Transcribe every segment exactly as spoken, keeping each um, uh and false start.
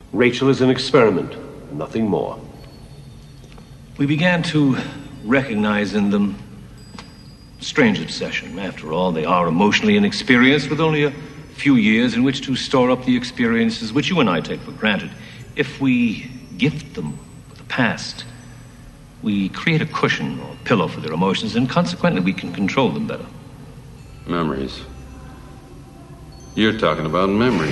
Rachel is an experiment, nothing more. We began to recognize in them strange obsession. After all, they are emotionally inexperienced with only a few years in which to store up the experiences which you and I take for granted. If we gift them with the past, we create a cushion or pillow for their emotions, and consequently we can control them better. Memories. You're talking about memories.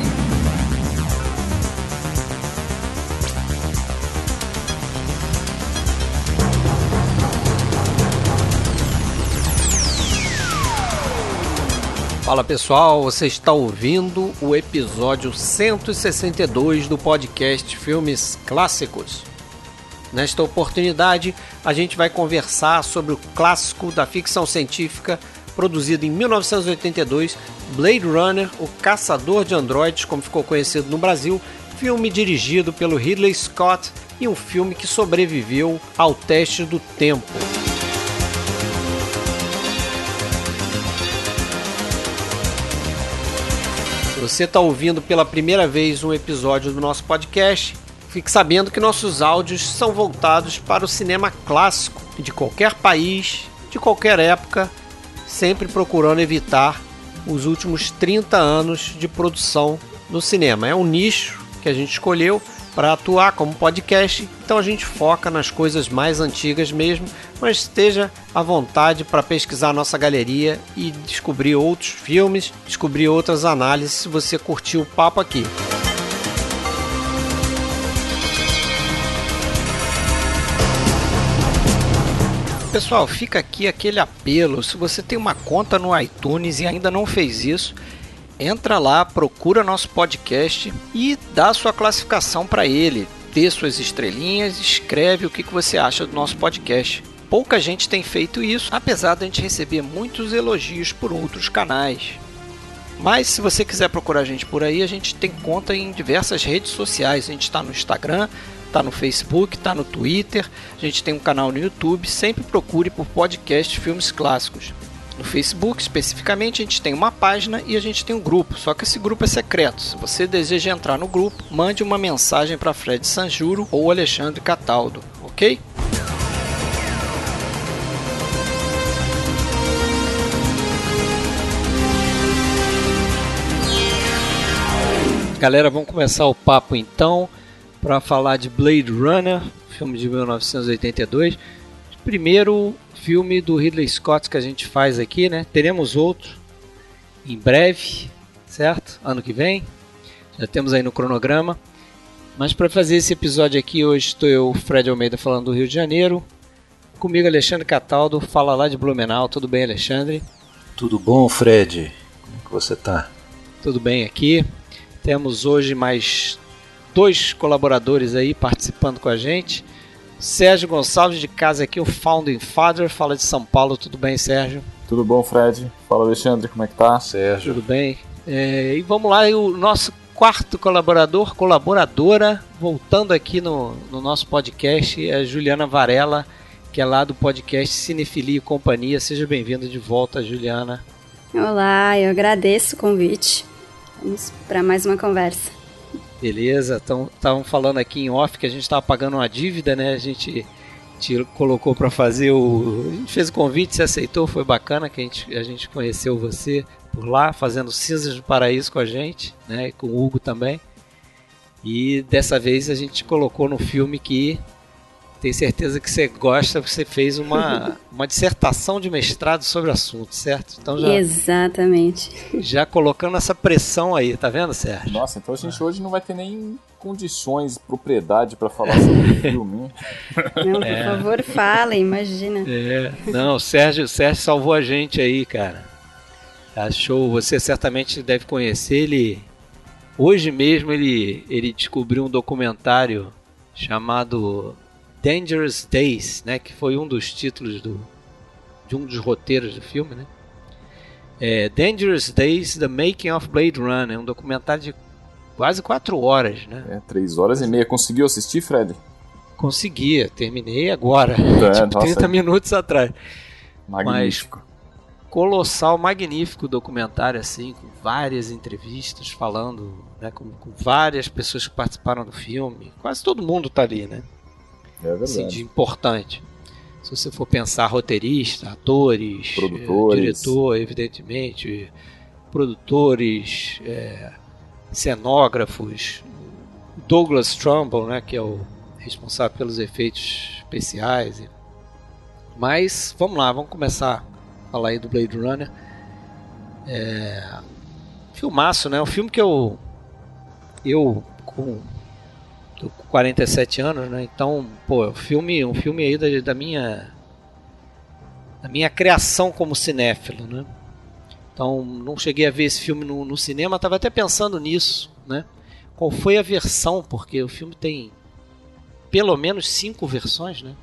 Fala pessoal, você está ouvindo o episódio cento e sessenta e dois do podcast Filmes Clássicos. Nesta oportunidade, a gente vai conversar sobre o clássico da ficção científica produzido em mil novecentos e oitenta e dois, Blade Runner, o Caçador de Androides, como ficou conhecido no Brasil, filme dirigido pelo Ridley Scott e um filme que sobreviveu ao teste do tempo. Se você está ouvindo pela primeira vez um episódio do nosso podcast, fique sabendo que nossos áudios são voltados para o cinema clássico de qualquer país, de qualquer época, sempre procurando evitar os últimos trinta anos de produção no cinema. É um nicho que a gente escolheu para atuar como podcast, então a gente foca nas coisas mais antigas mesmo, mas esteja à vontade para pesquisar a nossa galeria e descobrir outros filmes, descobrir outras análises se você curtiu o papo aqui. Pessoal, fica aqui aquele apelo, se você tem uma conta no iTunes e ainda não fez isso, entra lá, procura nosso podcast e dá sua classificação para ele, dê suas estrelinhas, escreve o que você acha do nosso podcast. Pouca gente tem feito isso, apesar de a gente receber muitos elogios por outros canais. Mas se você quiser procurar a gente por aí, a gente tem conta em diversas redes sociais, a gente está no Instagram, está no Facebook, está no Twitter, a gente tem um canal no YouTube, sempre procure por podcast Filmes Clássicos. No Facebook, especificamente, a gente tem uma página e a gente tem um grupo, só que esse grupo é secreto. Se você deseja entrar no grupo, mande uma mensagem para Fred Sanjuro ou Alexandre Cataldo, ok? Galera, vamos começar o papo então para falar de Blade Runner, filme de mil novecentos e oitenta e dois. Primeiro filme do Ridley Scott que a gente faz aqui, né? Teremos outro em breve, certo? Ano que vem. Já temos aí no cronograma. Mas para fazer esse episódio aqui, hoje estou eu, Fred Almeida, falando do Rio de Janeiro. Comigo, Alexandre Cataldo, fala lá de Blumenau. Tudo bem, Alexandre? Tudo bom, Fred? Como é que você tá? Tudo bem aqui. Temos hoje mais dois colaboradores aí participando com a gente. Sérgio Gonçalves de casa aqui, o Founding Father, fala de São Paulo. Tudo bem, Sérgio? Tudo bom, Fred? Fala, Alexandre, como é que tá? Sérgio. Tudo bem. É, e vamos lá, o nosso quarto colaborador, colaboradora, voltando aqui no, no nosso podcast, é a Juliana Varela, que é lá do podcast Cinefilia e Companhia. Seja bem-vinda de volta, Juliana. Olá, eu agradeço o convite. Vamos para mais uma conversa. Beleza, estavam falando aqui em off que a gente estava pagando uma dívida, né? A gente te colocou para fazer o... A gente fez o convite, você aceitou, foi bacana que a gente, a gente conheceu você por lá, fazendo Cinzas do Paraíso com a gente, né? Com o Hugo também. E dessa vez a gente te colocou no filme que tenho certeza que você gosta, você fez uma, uma dissertação de mestrado sobre o assunto, certo? Então já, exatamente. Já colocando essa pressão aí, tá vendo, Sérgio? Nossa, então a gente hoje não vai ter nem condições, propriedade para falar sobre o filme. Não, por é. favor, fala, imagina. É. Não, o Sérgio, o Sérgio salvou a gente aí, cara. Achou, você certamente deve conhecer ele. Hoje mesmo ele, ele descobriu um documentário chamado Dangerous Days, né, que foi um dos títulos do, de um dos roteiros do filme, né? É, Dangerous Days, The Making of Blade Runner, um documentário de quase quatro horas, né? É, três horas e meia. Conseguiu assistir, Fred? Consegui, terminei agora, é, tipo nossa, trinta minutos atrás. Magnífico. Mas colossal, magnífico documentário, assim, com várias entrevistas falando, né, com, com várias pessoas que participaram do filme. Quase todo mundo tá ali, né? É verdade. Assim, de importante. Se você for pensar roteirista, atores, produtores, é, diretor, evidentemente, produtores, é, cenógrafos, Douglas Trumbull, né, que é o responsável pelos efeitos especiais. Mas vamos lá, vamos começar a falar aí do Blade Runner. É, filmaço, né? Um filme que eu eu com, tô com quarenta e sete anos, né? Então, pô, um filme, um filme aí da, da minha da minha criação como cinéfilo, né? Então, não cheguei a ver esse filme no, no cinema, estava até pensando nisso, né? Qual foi a versão, porque o filme tem pelo menos cinco versões, né?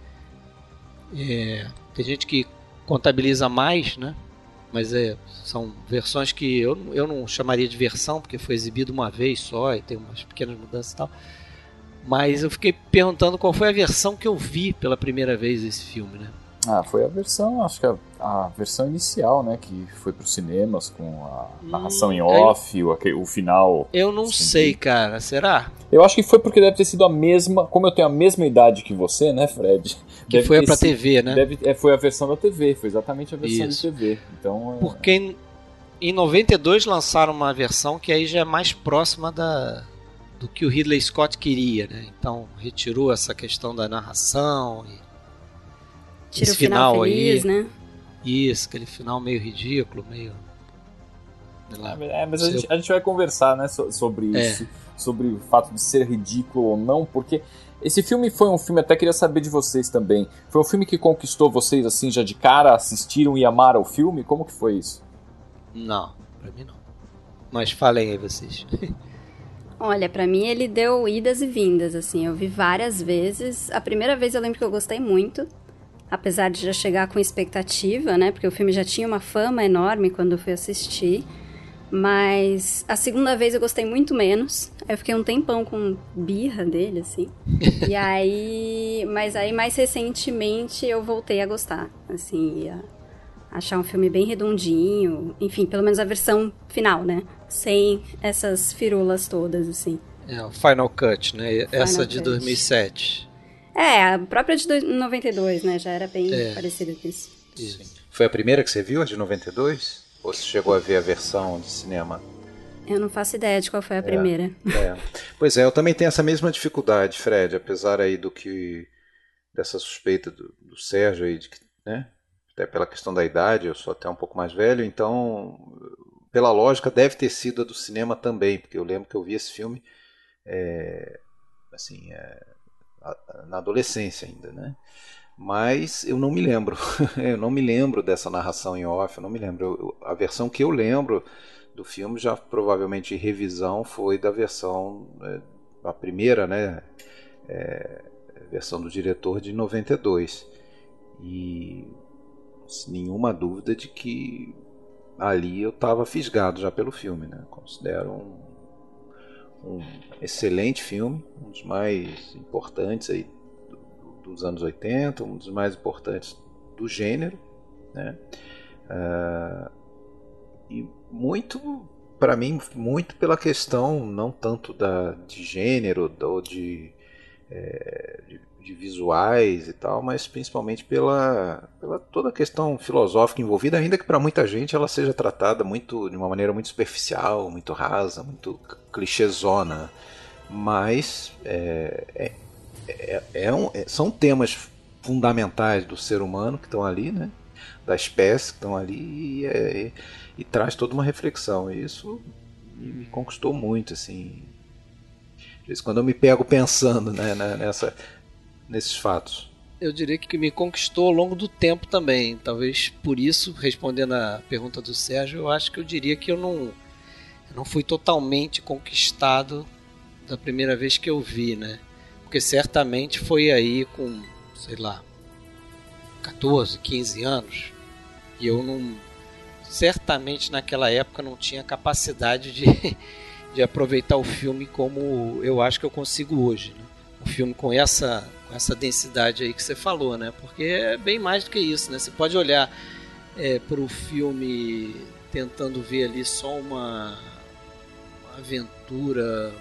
É, tem gente que contabiliza mais, né? Mas é, são versões que eu, eu não chamaria de versão, porque foi exibido uma vez só e tem umas pequenas mudanças e tal. Mas eu fiquei perguntando qual foi a versão que eu vi pela primeira vez desse filme, né? Ah, foi a versão, acho que a, a versão inicial, né? Que foi para os cinemas com a narração hum, em off, eu, o, o final. Eu não sei, cara. Será? Eu acho que foi porque deve ter sido a mesma. Como eu tenho a mesma idade que você, né, Fred? Que foi pra T V, né? Deve, é, foi a versão da T V, foi exatamente a versão Isso. de T V. Então, é... Porque em, em noventa e dois lançaram uma versão que aí já é mais próxima da, do que o Ridley Scott queria, né? Então retirou essa questão da narração e Tira esse o final, final feliz, aí, né? Isso, aquele final meio ridículo, meio... Lá, é, mas a gente, a gente vai conversar, né, so, sobre é. isso, sobre o fato de ser ridículo ou não, porque esse filme foi um filme, até queria saber de vocês também, foi um filme que conquistou vocês assim já de cara, assistiram e amaram o filme? Como que foi isso? Não, pra mim não. Mas falem aí vocês. Olha, pra mim ele deu idas e vindas, assim, eu vi várias vezes. A primeira vez eu lembro que eu gostei muito, apesar de já chegar com expectativa, né? Porque o filme já tinha uma fama enorme quando eu fui assistir. Mas a segunda vez eu gostei muito menos. Eu fiquei um tempão com birra dele, assim. E aí... Mas aí, mais recentemente, eu voltei a gostar. Assim, a achar um filme bem redondinho. Enfim, pelo menos a versão final, né? Sem essas firulas todas, assim. É, o Final Cut, né? Final Essa de Cut. dois mil e sete. É, a própria de noventa e dois, né? Já era bem é. parecida com isso. isso. Foi a primeira que você viu, a de noventa e dois? Ou você chegou a ver a versão de cinema? Eu não faço ideia de qual foi a é, primeira. É. Pois é, eu também tenho essa mesma dificuldade, Fred, apesar aí do que... dessa suspeita do, do Sérgio aí, de que, né? Até pela questão da idade, eu sou até um pouco mais velho, então, pela lógica, deve ter sido a do cinema também, porque eu lembro que eu vi esse filme é, assim, é, na adolescência ainda, né? Mas eu não me lembro, eu não me lembro dessa narração em off, eu não me lembro. Eu, a versão que eu lembro do filme, já provavelmente em revisão, foi da versão, é, a primeira, né? É, versão do diretor de noventa e dois. E sem nenhuma dúvida de que ali eu estava fisgado já pelo filme, né? Considero um, um excelente filme, um dos mais importantes aí dos anos oitenta, um dos mais importantes do gênero, né? Uh, e muito, para mim, muito pela questão não tanto da, de gênero ou de, é, de, de visuais e tal, mas principalmente pela, pela toda a questão filosófica envolvida, ainda que para muita gente ela seja tratada muito, de uma maneira muito superficial, muito rasa, muito clichêzona, mas é, é É, é um, é, são temas fundamentais do ser humano que estão ali, né? Da espécie que estão ali e, é, e, e traz toda uma reflexão. E isso me, me conquistou muito, assim. Às vezes, quando eu me pego pensando, né, nessa, nesses fatos. Eu diria que me conquistou ao longo do tempo também. Talvez por isso, respondendo a pergunta do Sérgio, eu acho que eu diria que eu não, eu não fui totalmente conquistado da primeira vez que eu vi, né? Porque certamente foi aí com, sei lá, catorze, quinze anos, e eu não, certamente naquela época não tinha capacidade de, de aproveitar o filme como eu acho que eu consigo hoje, né? Um filme com essa, com essa densidade aí que você falou, né? Porque é bem mais do que isso, né? Você pode olhar é, para o filme tentando ver ali só uma, uma aventura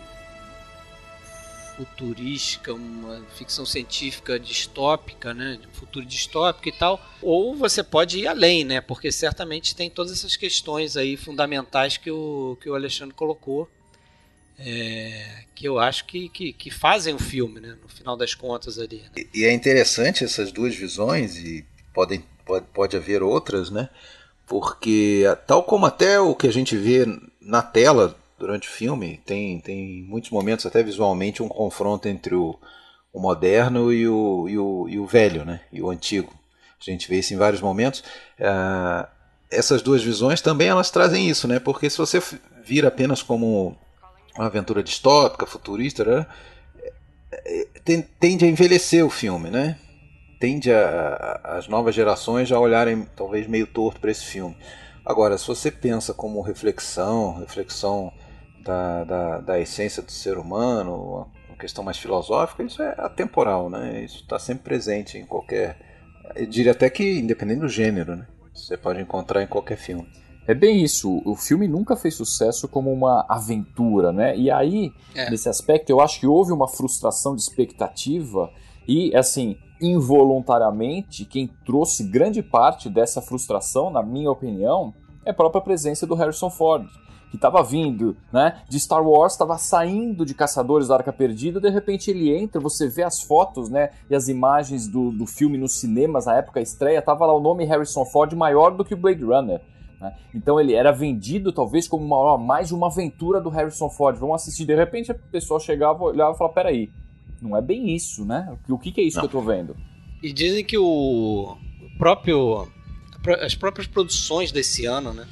futurística, uma ficção científica distópica, né, de um futuro distópico e tal, ou você pode ir além, né, porque certamente tem todas essas questões aí fundamentais que o, que o Alexandre colocou, é, que eu acho que, que, que fazem o filme, né, no final das contas ali. Né? E, e é interessante essas duas visões, e podem, pode, pode haver outras, né, porque tal como até o que a gente vê na tela durante o filme, tem, tem muitos momentos, até visualmente, um confronto entre o, o moderno e o, e, o, e o velho, né? E o antigo. A gente vê isso em vários momentos. Uh, essas duas visões também elas trazem isso, né? Porque se você vira apenas como uma aventura distópica, futurista, né? Tende a envelhecer o filme, né? Tende a, a, as novas gerações a olharem talvez meio torto para esse filme. Agora, se você pensa como reflexão, reflexão Da, da, da essência do ser humano, uma questão mais filosófica, isso é atemporal, né? Isso está sempre presente em qualquer... Eu diria até que independente do gênero, né? Você pode encontrar em qualquer filme. É bem isso, o filme nunca fez sucesso como uma aventura, né? E aí, é. nesse aspecto, eu acho que houve uma frustração de expectativa e, assim, involuntariamente, quem trouxe grande parte dessa frustração, na minha opinião, é a própria presença do Harrison Ford, que estava vindo, né, de Star Wars, estava saindo de Caçadores da Arca Perdida, de repente ele entra, você vê as fotos, né, e as imagens do, do filme nos cinemas, na época da estreia, tava lá o nome Harrison Ford maior do que o Blade Runner, né? Então ele era vendido talvez como uma, mais uma aventura do Harrison Ford, vamos assistir, de repente a pessoa chegava, olhava e falava, peraí, não é bem isso, né, o que, que é isso não. que eu tô vendo? E dizem que o próprio, as próprias produções desse ano, né,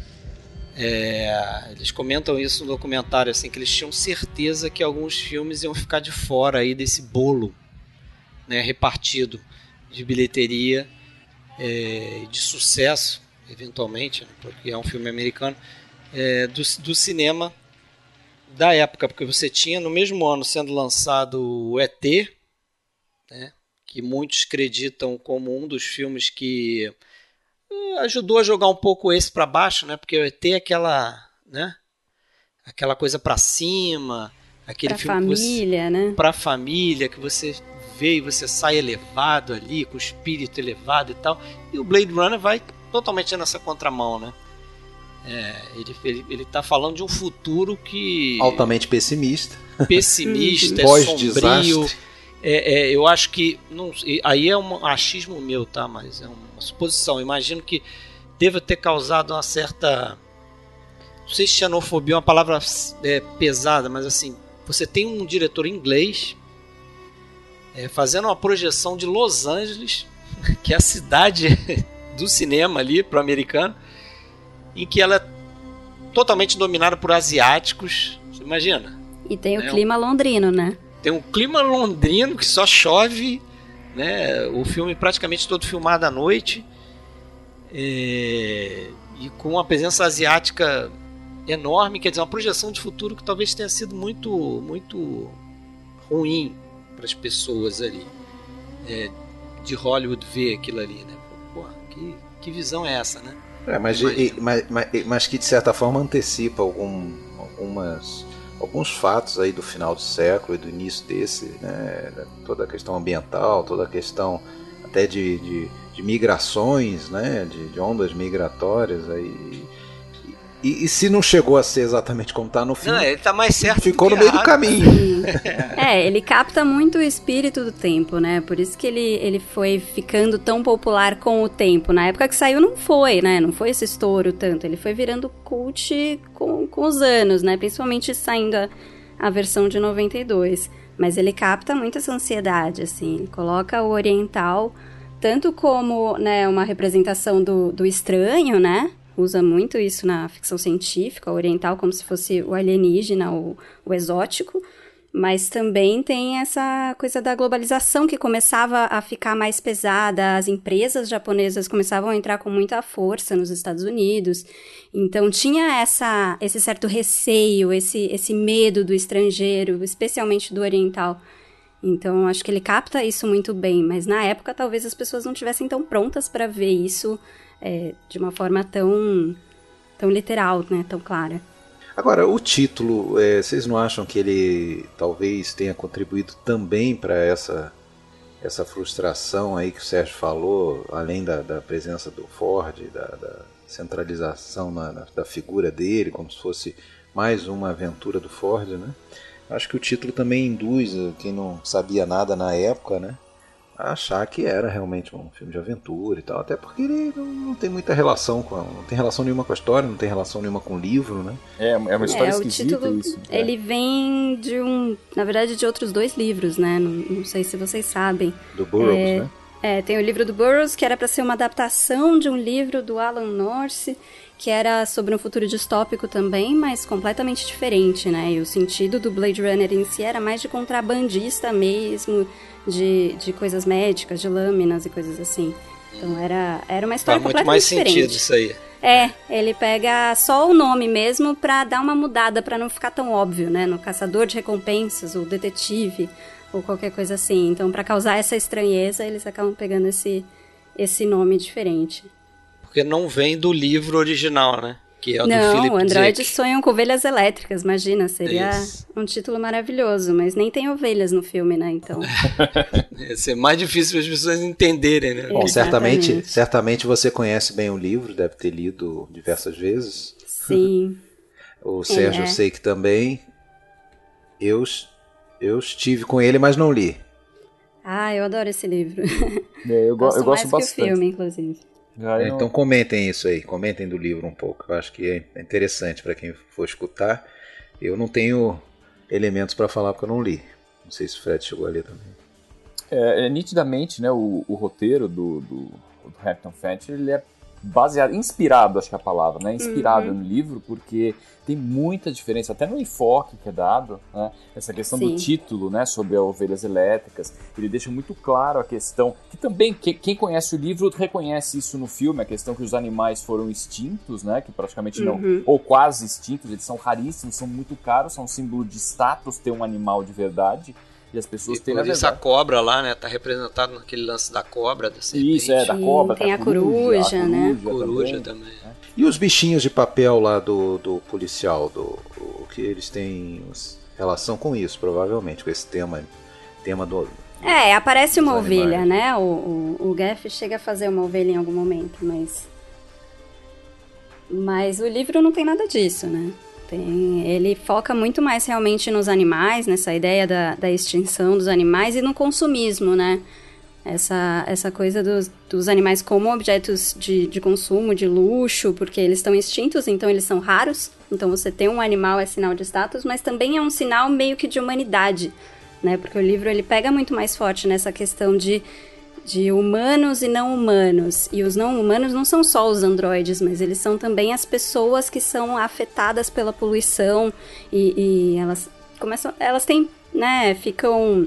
É, eles comentam isso no documentário, assim, que eles tinham certeza que alguns filmes iam ficar de fora aí desse bolo, né, repartido de bilheteria e é, de sucesso, eventualmente, né, porque é um filme americano, é, do, do cinema da época, porque você tinha no mesmo ano sendo lançado o E T, né, que muitos acreditam como um dos filmes que ajudou a jogar um pouco esse para baixo, né? Porque o E T é aquela, né? Aquela coisa para cima, aquele pra filme família, você, né? Para família, que você vê e você sai elevado ali, com o espírito elevado e tal. E o Blade Runner vai totalmente nessa contramão, né? É, ele, ele, ele tá falando de um futuro que... altamente pessimista. Pessimista, é sombrio. É, é, eu acho que... Não, aí é um achismo meu, tá? Mas é uma suposição. Imagino que deva ter causado uma certa... Não sei se xenofobia é uma palavra é, pesada, mas assim... Você tem um diretor inglês é, fazendo uma projeção de Los Angeles, que é a cidade do cinema ali, pro americano, em que ela é totalmente dominada por asiáticos. Você imagina? E tem né? o clima londrino, né? Tem um clima londrino que só chove, né? O filme praticamente todo filmado à noite, é... e com uma presença asiática enorme, quer dizer, uma projeção de futuro que talvez tenha sido muito, muito ruim para as pessoas ali, é, de Hollywood ver aquilo ali, né? Pô, que, que visão é essa, né? É, mas, e, mas, mas, mas que de certa forma antecipa algum, algumas, alguns fatos aí do final do século e do início desse, né? Toda a questão ambiental, toda a questão até de, de, de migrações, né? de, de ondas migratórias aí. E, e se não chegou a ser exatamente como está no filme, não, ele tá mais certo, ficou no meio do caminho. É, ele capta muito o espírito do tempo, né? Por isso que ele, ele foi ficando tão popular com o tempo. Na época que saiu não foi, né? Não foi esse estouro tanto. Ele foi virando cult com, com os anos, né? Principalmente saindo a, a versão de noventa e dois. Mas ele capta muito essa ansiedade, assim. Ele coloca o oriental tanto como, né, uma representação do, do estranho, né? Usa muito isso na ficção científica, o oriental como se fosse o alienígena, o, o exótico, mas também tem essa coisa da globalização que começava a ficar mais pesada, as empresas japonesas começavam a entrar com muita força nos Estados Unidos, então tinha essa, esse certo receio, esse, esse medo do estrangeiro, especialmente do oriental. Então, acho que ele capta isso muito bem, mas na época talvez as pessoas não estivessem tão prontas para ver isso é, de uma forma tão, tão literal, né, tão clara. Agora, o título, é, vocês não acham que ele talvez tenha contribuído também para essa, essa frustração aí que o Sérgio falou, além da, da presença do Ford, da, da centralização na, na, da figura dele, como se fosse mais uma aventura do Ford, né? Acho que o título também induz quem não sabia nada na época, né, a achar que era realmente um filme de aventura e tal, até porque ele não, não tem muita relação com a, não tem relação nenhuma com a história, não tem relação nenhuma com o livro, né? É, é uma história é, esquisita o título, isso. Ele é. vem de um, na verdade, de outros dois livros, né? Não, não sei se vocês sabem. Do Burroughs, é, né? É, tem o livro do Burroughs, que era para ser uma adaptação de um livro do Alan Nourse, que era sobre um futuro distópico também, mas completamente diferente, né? E o sentido do Blade Runner em si era mais de contrabandista mesmo, de, de coisas médicas, de lâminas e coisas assim. Então era, era uma história Faz completamente muito mais diferente. sentido isso aí. É, ele pega só o nome mesmo pra dar uma mudada, pra não ficar tão óbvio, né? No Caçador de Recompensas, ou Detetive, ou qualquer coisa assim. Então, pra causar essa estranheza, eles acabam pegando esse, esse nome diferente. Porque não vem do livro original, né? Que é o não, do Philip Androides Dick. Sonham com Ovelhas Elétricas, imagina, seria Isso. um título maravilhoso, mas nem tem ovelhas no filme, né, então... Ia ser mais difícil para as pessoas entenderem, né? Bom, certamente, Exatamente. certamente você conhece bem o livro, deve ter lido diversas vezes. Sim. O Sérgio É. eu sei que também. Eu, eu estive com ele, mas não li. Ah, eu adoro esse livro. É, eu, go- gosto eu gosto mais bastante. que o filme, inclusive. Ah, eu não- Então comentem isso aí, comentem do livro um pouco. Eu acho que é interessante para quem for escutar. Eu não tenho elementos para falar porque eu não li. Não sei se o Fred chegou a ler também. É, é, nitidamente, né, o, o roteiro do, do, do Hampton Fancher, ele é baseado, inspirado, acho que é a palavra, né, inspirado Uhum. no livro, porque tem muita diferença, até no enfoque que é dado, né, essa questão Sim. do título, né, sobre as ovelhas elétricas, ele deixa muito claro a questão, que também, que, quem conhece o livro reconhece isso no filme, a questão que os animais foram extintos, né, que praticamente não, Uhum. ou quase extintos, eles são raríssimos, são muito caros, são um símbolo de status ter um animal de verdade, e as pessoas E têm, na por isso a verdade... cobra lá, né? Tá representado naquele lance da cobra, da serpente. Isso, é, da Sim, cobra, tem da a coruja, a né? Coruja também. também. E os bichinhos de papel lá do, do policial, do, o que eles têm relação com isso, provavelmente, com esse tema, tema do... É, aparece uma Os ovelha, animais. né? O, o, o Gaff chega a fazer uma ovelha em algum momento, mas... Mas o livro não tem nada disso, né? Tem, ele foca muito mais realmente nos animais, nessa ideia da, da extinção dos animais e no consumismo, né? Essa, essa coisa dos, dos animais como objetos de, de consumo, de luxo, porque eles estão extintos, então eles são raros. Então você ter um animal é sinal de status, mas também é um sinal meio que de humanidade, né? Porque o livro ele pega muito mais forte nessa questão de, de humanos e não humanos. E os não humanos não são só os androides, mas eles são também as pessoas que são afetadas pela poluição e, e elas começam, elas têm, né, ficam...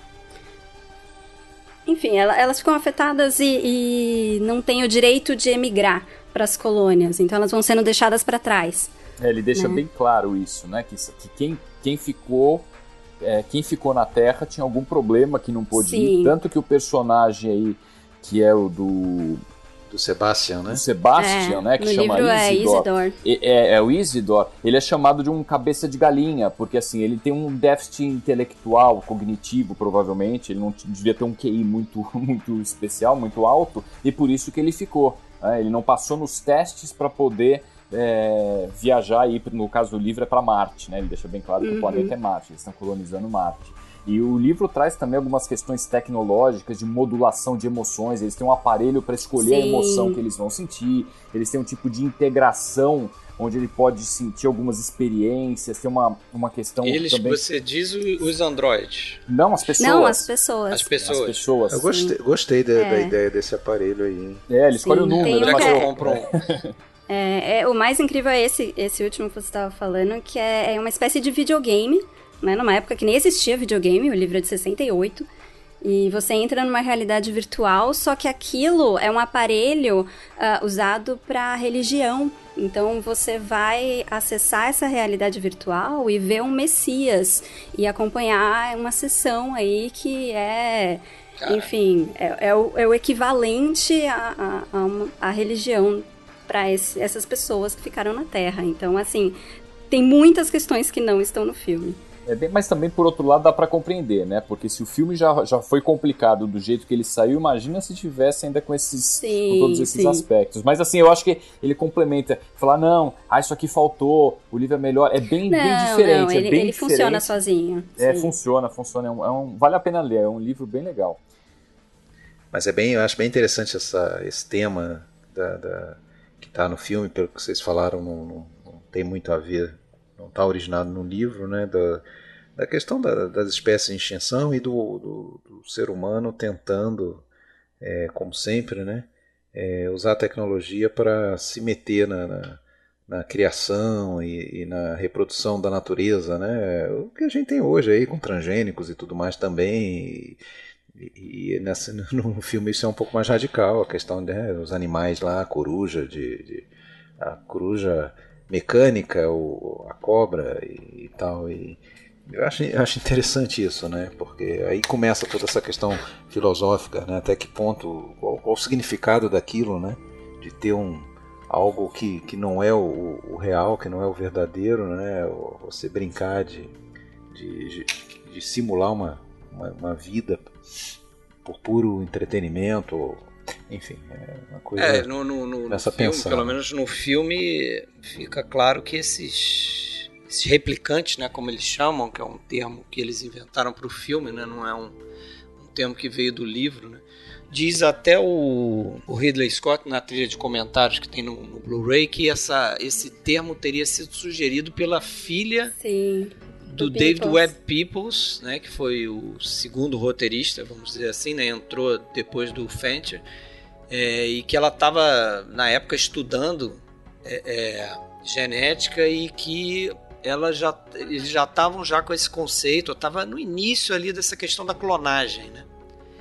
Enfim, ela, elas ficam afetadas e, e não têm o direito de emigrar para as colônias, então elas vão sendo deixadas para trás. É, ele deixa Né? bem claro isso, né? Que, que quem, quem ficou é, quem ficou na Terra tinha algum problema que não pôde Sim. ir. Tanto que o personagem aí, que é o do, Do Sebastian, né? do Sebastian, É, né? Que no chama livro é Isidore. Isidore. É, é, é o Isidore, ele é chamado de um cabeça de galinha, porque assim, ele tem um déficit intelectual, cognitivo, provavelmente, ele não t- devia ter um Q I muito, muito especial, muito alto, e por isso que ele ficou. Né? Ele não passou nos testes para poder é, viajar, e no caso do livro é para Marte, né? Ele deixa bem claro que Uhum. o planeta é Marte, eles estão colonizando Marte. E o livro traz também algumas questões tecnológicas de modulação de emoções. Eles têm um aparelho para escolher a Sim. emoção que eles vão sentir. Eles têm um tipo de integração onde ele pode sentir algumas experiências. Tem uma, uma questão Eles, também... você diz o- os androides. Não, as pessoas. Não, as pessoas. As As pessoas. pessoas. Eu gostei, gostei da, da É. ideia desse aparelho aí, hein? É, ele escolhe Sim, o número. tem né? Já uma- que Mas eu eu- compro um. É, é, o mais incrível é esse, esse último que você estava falando, que é, é uma espécie de videogame, né? Numa época que nem existia videogame, o livro é de sessenta e oito. E você entra numa realidade virtual, só que aquilo é um aparelho uh, usado para religião. Então você vai acessar essa realidade virtual e ver um Messias e acompanhar uma sessão aí que é, Cara. enfim, é, é, o, é o equivalente à a, a, a, a religião para essas pessoas que ficaram na Terra. Então, assim, tem muitas questões que não estão no filme. É bem, mas também, por outro lado, dá pra compreender, né? Porque se o filme já, já foi complicado do jeito que ele saiu, imagina se tivesse ainda com, esses, sim, com todos esses sim. aspectos. Mas assim, eu acho que ele complementa. Falar, não, ah, isso aqui faltou, o livro é melhor. É bem, não, bem diferente. Não, ele, é bem ele diferente. funciona sozinho. É, sim. funciona, funciona. É um, é um, vale a pena ler, é um livro bem legal. Mas é bem, eu acho bem interessante essa, esse tema da, da, que está no filme, pelo que vocês falaram, não, não, não tem muito a ver, não está originado no livro, né? Da, da questão da, das espécies em extinção e do, do, do ser humano tentando, é, como sempre, né, é, usar a tecnologia para se meter na, na, na criação e, e na reprodução da natureza, né, o que a gente tem hoje aí com transgênicos e tudo mais também. E, e nessa, no filme isso é um pouco mais radical, a questão dos né, animais lá, a coruja, de, de, a coruja mecânica, o, a cobra e, e tal, e Eu acho, eu acho interessante isso, né? Porque aí começa toda essa questão filosófica, né? Até que ponto, qual, qual o significado daquilo, né? De ter um, algo que, que não é o, o real, que não é o verdadeiro, né? Você brincar de, de, de simular uma, uma, uma vida por puro entretenimento, enfim, é uma coisa é, no, no, no, nessa no filme, pensão. Pelo menos no filme fica claro que esses... esses replicantes, né, como eles chamam, que é um termo que eles inventaram para o filme, né, não é um, um termo que veio do livro, né, diz até o, o Ridley Scott na trilha de comentários que tem no, no Blu-ray que essa, esse termo teria sido sugerido pela filha Sim, do, do David Webb Peoples, né, que foi o segundo roteirista, vamos dizer assim, né, entrou depois do Fincher, é, e que ela estava na época estudando é, é, genética e que ela já, eles já estavam já com esse conceito, estava no início ali dessa questão da clonagem, né?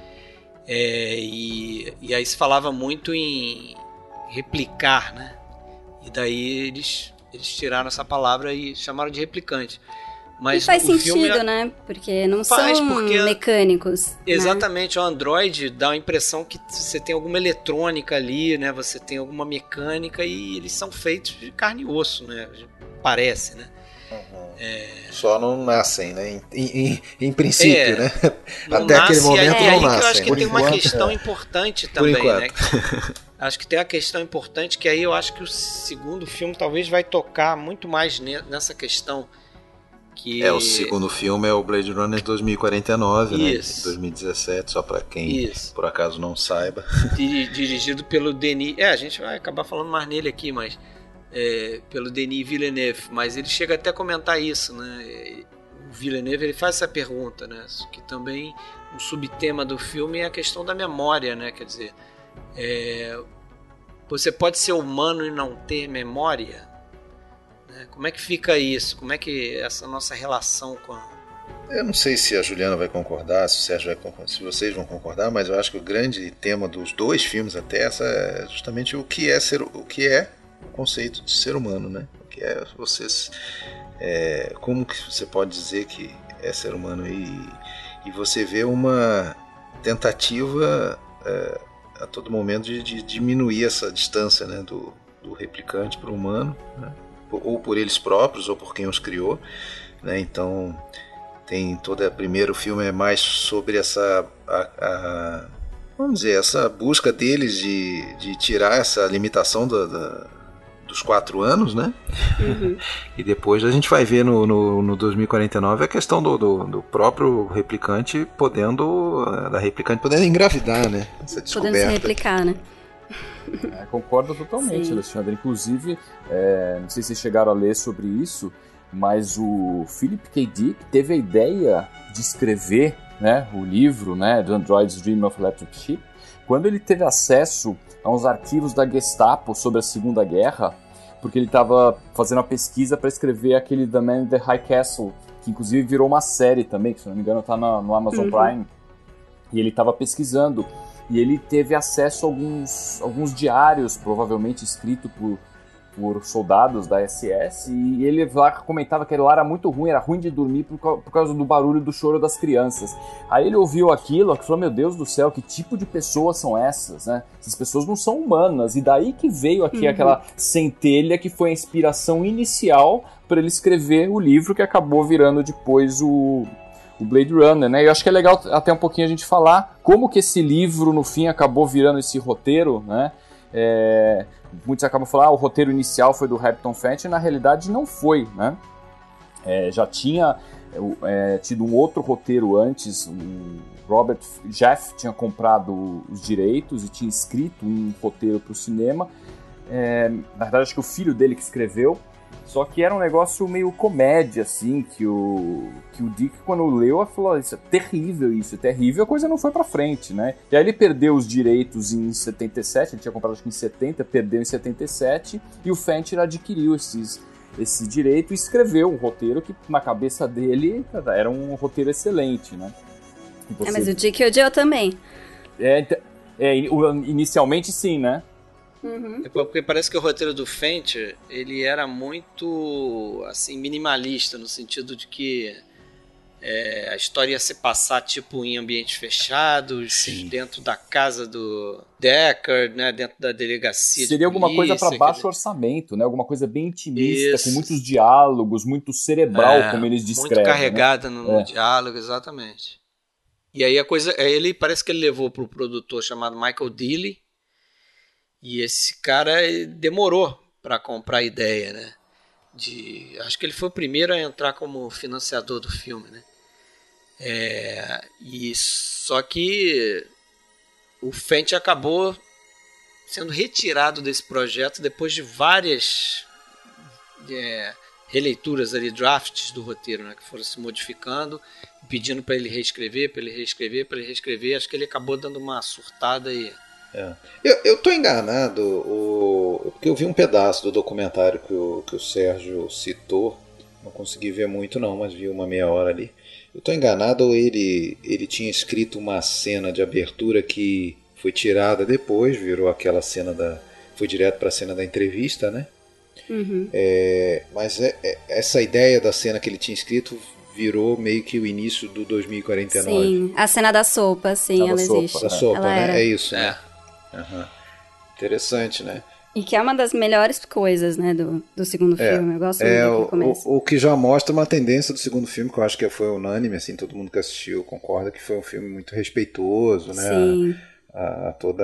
É, e, e aí se falava muito em replicar, né? E daí eles, eles tiraram essa palavra e chamaram de replicante. Mas e faz o sentido, filme, né? Porque não faz, são porque mecânicos. Exatamente, né? O Android dá a impressão que você tem alguma eletrônica ali, né? Você tem alguma mecânica e eles são feitos de carne e osso, né? Parece, né? Uhum. É... Só não nascem, né? Em, em, em princípio, é, né? Até nasce, aquele momento aí, não aí nascem. Que eu acho que Por tem enquanto, uma questão é. importante também, Por enquanto. né? Acho que tem uma questão importante que aí eu acho que o segundo filme talvez vai tocar muito mais nessa questão. Que... É, o segundo filme é o Blade Runner dois mil e quarenta e nove, Isso. né? De dois mil e dezessete, só para quem Isso. por acaso não saiba. Dirigido pelo Denis... É, a gente vai acabar falando mais nele aqui, mas... É, pelo Denis Villeneuve, mas ele chega até a comentar isso, né? O Villeneuve ele faz essa pergunta, né? Que também um subtema do filme é a questão da memória, né? Quer dizer, é, você pode ser humano e não ter memória, né? Como é que fica isso? Como é que essa nossa relação com a... Eu não sei se a Juliana vai concordar, se o Sérgio vai concordar, se vocês vão concordar, mas eu acho que o grande tema dos dois filmes até essa é justamente o que é ser, o que é o conceito de ser humano, né? O que é vocês, é, como que você pode dizer que é ser humano e, e você vê uma tentativa é, a todo momento de, de diminuir essa distância, né, do, do replicante para o humano, né? Ou por eles próprios ou por quem os criou, né? Então tem toda, primeiro filme é mais sobre essa a, a, vamos dizer, essa busca deles de, de tirar essa limitação da, da dos quatro anos, né? Uhum. E depois a gente vai ver no, no, no dois mil e quarenta e nove a questão do, do, do próprio replicante podendo, da replicante podendo engravidar, né? Essa descoberta. Podendo se replicar, né? É, concordo totalmente, Sim. Alexandre. Inclusive, é, não sei se vocês chegaram a ler sobre isso, mas o Philip K. Dick teve a ideia de escrever, né, o livro, né, do Android's Dream of Electric Sheep, quando ele teve acesso a uns arquivos da Gestapo sobre a Segunda Guerra, porque ele estava fazendo uma pesquisa para escrever aquele The Man in the High Castle, que inclusive virou uma série também, que se não me engano está no Amazon uhum. Prime. E ele estava pesquisando. E ele teve acesso a alguns, alguns diários, provavelmente escritos por, por soldados da S S, e ele lá comentava que lá era muito ruim, era ruim de dormir por, por causa do barulho do choro das crianças. Aí ele ouviu aquilo e falou, meu Deus do céu, que tipo de pessoas são essas, né? Essas pessoas não são humanas. E daí que veio aqui uhum. aquela centelha que foi a inspiração inicial para ele escrever o livro que acabou virando depois o... o Blade Runner, né? Eu acho que é legal até um pouquinho a gente falar como que esse livro, no fim, acabou virando esse roteiro, né? É... Muitos acabam falando, ah, o roteiro inicial foi do Hampton Fanning, na realidade não foi, né? É, já tinha é, tido um outro roteiro antes, o Robert Jeff tinha comprado os direitos e tinha escrito um roteiro para o cinema. É, na verdade, acho que o filho dele que escreveu. Só que era um negócio meio comédia, assim, que o, que o Dick, quando leu, falou, isso é terrível, isso é terrível, a coisa não foi pra frente, né? E aí ele perdeu os direitos em setenta e sete, ele tinha comprado acho que em setenta, perdeu em setenta e sete, e o Fanning adquiriu esses, esse direito e escreveu um roteiro que, na cabeça dele, era um roteiro excelente, né? Você... É, mas o Dick odiou também. É, é, inicialmente sim, né? Uhum. É porque parece que o roteiro do Fanning, ele era muito assim, minimalista, no sentido de que é, a história ia se passar tipo em ambientes fechados, Sim. dentro da casa do Deckard, né, dentro da delegacia. Seria de alguma polícia, coisa para baixo orçamento, né? Alguma coisa bem intimista, Isso. com muitos diálogos, muito cerebral, é, como eles descrevem. Muito carregada, né? no, no é. diálogo, exatamente. E aí a coisa, ele parece que ele levou para o produtor chamado Michael Dilley. E esse cara demorou para comprar a ideia, né? De, acho que ele foi o primeiro a entrar como financiador do filme, né? É, e só que o Fanning acabou sendo retirado desse projeto depois de várias é, releituras ali, drafts do roteiro, né? Que foram se modificando, pedindo para ele reescrever, para ele reescrever, para ele reescrever. Acho que ele acabou dando uma surtada e É. Eu, eu tô enganado, o, porque eu vi um pedaço do documentário que o, que o Sérgio citou, não consegui ver muito não, mas vi uma meia hora ali. Eu tô enganado ou ele, ele tinha escrito uma cena de abertura que foi tirada depois, virou aquela cena da... foi direto para a cena da entrevista, né? Uhum. É, mas é, é, essa ideia da cena que ele tinha escrito virou meio que o início do dois mil e quarenta e nove. Sim, a cena da sopa, sim, da ela sopa, existe. Da sopa, ela né? era. É isso, É. né? Uhum. Interessante, né? E que é uma das melhores coisas, né, do, do segundo É, filme. Eu gosto é muito o, que começa. o, o que já mostra uma tendência do segundo filme, que eu acho que foi unânime, assim, todo mundo que assistiu concorda que foi um filme muito respeitoso, né? Sim. A, a, a toda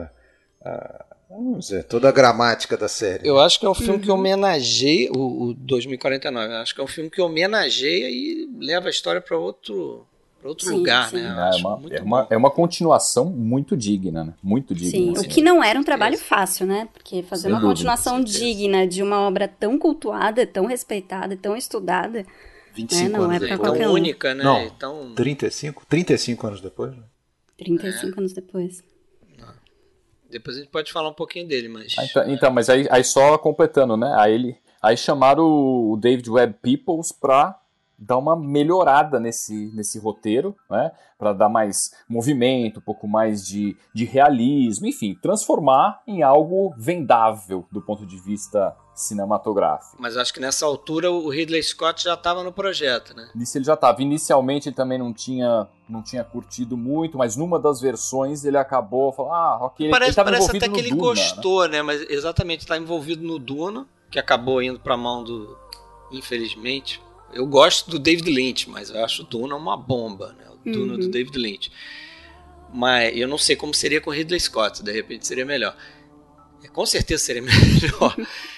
a, a, vamos dizer, toda a gramática da série. Eu acho que é um filme Uhum. que homenageia o, o dois mil e quarenta e nove. Eu acho que é um filme que homenageia e leva a história para outro para outro Sim, lugar, sim. né? Eu É acho uma, muito é, uma, bom. é uma continuação muito digna, né? Muito digna. Sim, assim. o que não era um trabalho fácil, né? Porque fazer Sem uma dúvida, continuação digna de uma obra tão cultuada, tão respeitada, tão estudada, vinte e cinco é, não anos é pra depois. qualquer Tão um. única, né? Não, Tão... trinta e cinco? trinta e cinco anos depois? Né? trinta e cinco anos depois. Depois a gente pode falar um pouquinho dele, mas... Ah, então, então, mas aí, aí só completando, né? Aí, ele, aí chamaram o David Webb Peoples pra dar uma melhorada nesse, nesse roteiro, né? Para dar mais movimento, um pouco mais de, de realismo, enfim, transformar em algo vendável do ponto de vista cinematográfico. Mas eu acho que nessa altura o Ridley Scott já estava no projeto, né? Isso ele já estava. Inicialmente ele também não tinha, não tinha curtido muito, mas numa das versões ele acabou falando, ah, ok, Parece, ele estava parece envolvido até que no ele Duna, gostou, né? né? Mas exatamente, está envolvido no Duna, que acabou indo para a mão do... Infelizmente. Eu gosto do David Lynch, mas eu acho o Duna uma bomba, né? O Duna Uhum. do David Lynch. Mas eu não sei como seria com Ridley Scott, de repente seria melhor. Com certeza seria melhor.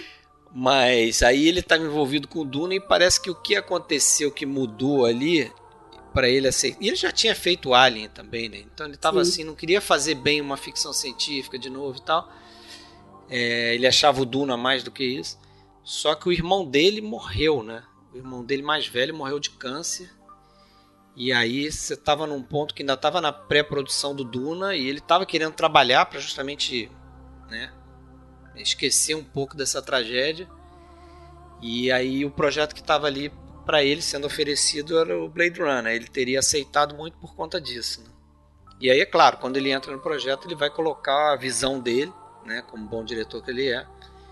Mas aí ele estava envolvido com o Duna e parece que o que aconteceu, que mudou ali para ele aceitar. E ele já tinha feito Alien também, né? Então ele estava assim, não queria fazer bem uma ficção científica de novo e tal. É, ele achava o Duna mais do que isso. Só que o irmão dele morreu, né? O irmão dele mais velho morreu de câncer. E aí você estava num ponto que ainda estava na pré-produção do Duna e ele estava querendo trabalhar para justamente, né, esquecer um pouco dessa tragédia. E aí o projeto que estava ali para ele sendo oferecido era o Blade Runner. Ele teria aceitado muito por conta disso, né? E aí, é claro, quando ele entra no projeto, ele vai colocar a visão dele, né, como bom diretor que ele é.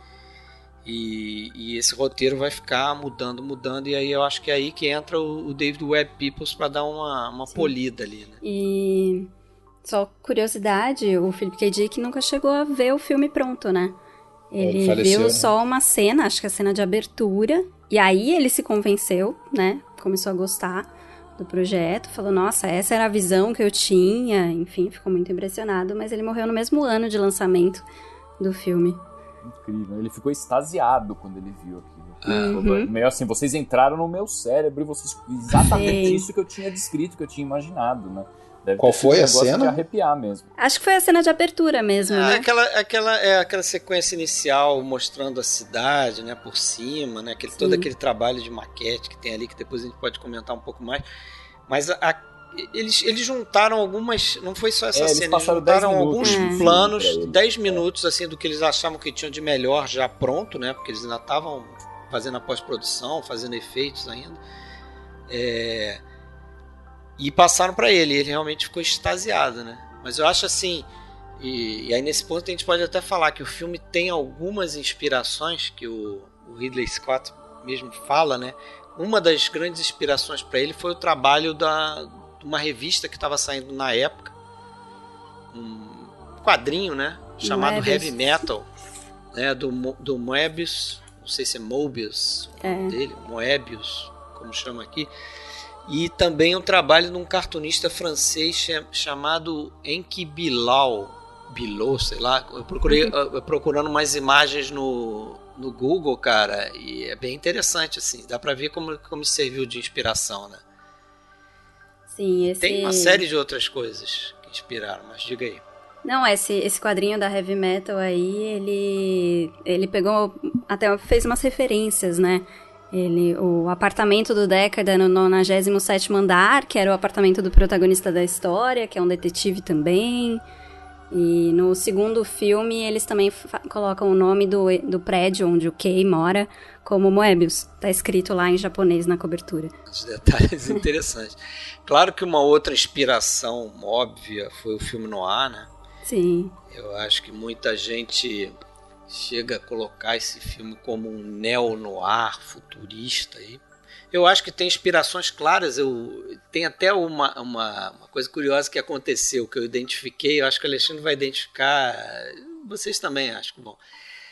E, e esse roteiro vai ficar mudando, mudando, e aí eu acho que é aí que entra o, o David Webb Peoples para dar uma, uma polida ali, né? E só curiosidade, o Philip K. Dick nunca chegou a ver o filme pronto, né? Ele, ele faleceu, viu né? só uma cena, acho que a cena de abertura, e aí ele se convenceu, né? Começou a gostar do projeto, falou, nossa, essa era a visão que eu tinha, enfim, ficou muito impressionado, mas ele morreu no mesmo ano de lançamento do filme. Incrível, ele ficou extasiado quando ele viu aquilo. Uhum. Meio assim, vocês entraram no meu cérebro e vocês exatamente Sim. isso que eu tinha descrito, que eu tinha imaginado, né? Deve Qual foi um a cena? De arrepiar mesmo. Acho que foi a cena de abertura mesmo, é, né? Aquela, aquela, é aquela sequência inicial mostrando a cidade, né, por cima, né? Aquele, todo aquele trabalho de maquete que tem ali, que depois a gente pode comentar um pouco mais. Mas a, a, eles, eles juntaram algumas... Não foi só essa é, cena, eles, eles juntaram alguns minutos, planos, dez minutos, assim, do que eles achavam que tinham de melhor já pronto, né? Porque eles ainda estavam fazendo a pós-produção, fazendo efeitos ainda. É... E passaram para ele, ele realmente ficou extasiado, né? Mas eu acho assim, e, e aí nesse ponto a gente pode até falar que o filme tem algumas inspirações que o, o Ridley Scott mesmo fala, né? Uma das grandes inspirações para ele foi o trabalho da, de uma revista que estava saindo na época, um quadrinho, né? Chamado Moebius. Heavy Metal, né? Do, do Moebius, não sei se é Moebius, o nome dele, Moebius, como chama aqui. E também um trabalho de um cartunista francês chamado Enki Bilal, Bilal, sei lá. Eu procurei uhum. procurando umas imagens no, no Google, cara, e é bem interessante, assim. Dá pra ver como, como serviu de inspiração, né? Sim, esse... Tem uma série de outras coisas que inspiraram, mas diga aí. Não, esse, esse quadrinho da Heavy Metal aí, ele, ele pegou, até fez umas referências, né? Ele, o apartamento do Deckard é no nonagésimo sétimo andar, que era o apartamento do protagonista da história, que é um detetive também. E no segundo filme, eles também colocam o nome do, do prédio onde o Kay mora como Moebius. Tá escrito lá em japonês na cobertura. Os detalhes interessantes. Claro que uma outra inspiração óbvia foi o filme noir, né? Sim. Eu acho que muita gente chega a colocar esse filme como um neo-noir futurista aí. Eu acho que tem inspirações claras. Eu, tem até uma, uma, uma coisa curiosa que aconteceu, que eu identifiquei. Eu acho que o Alexandre vai identificar. Vocês também, acho que bom.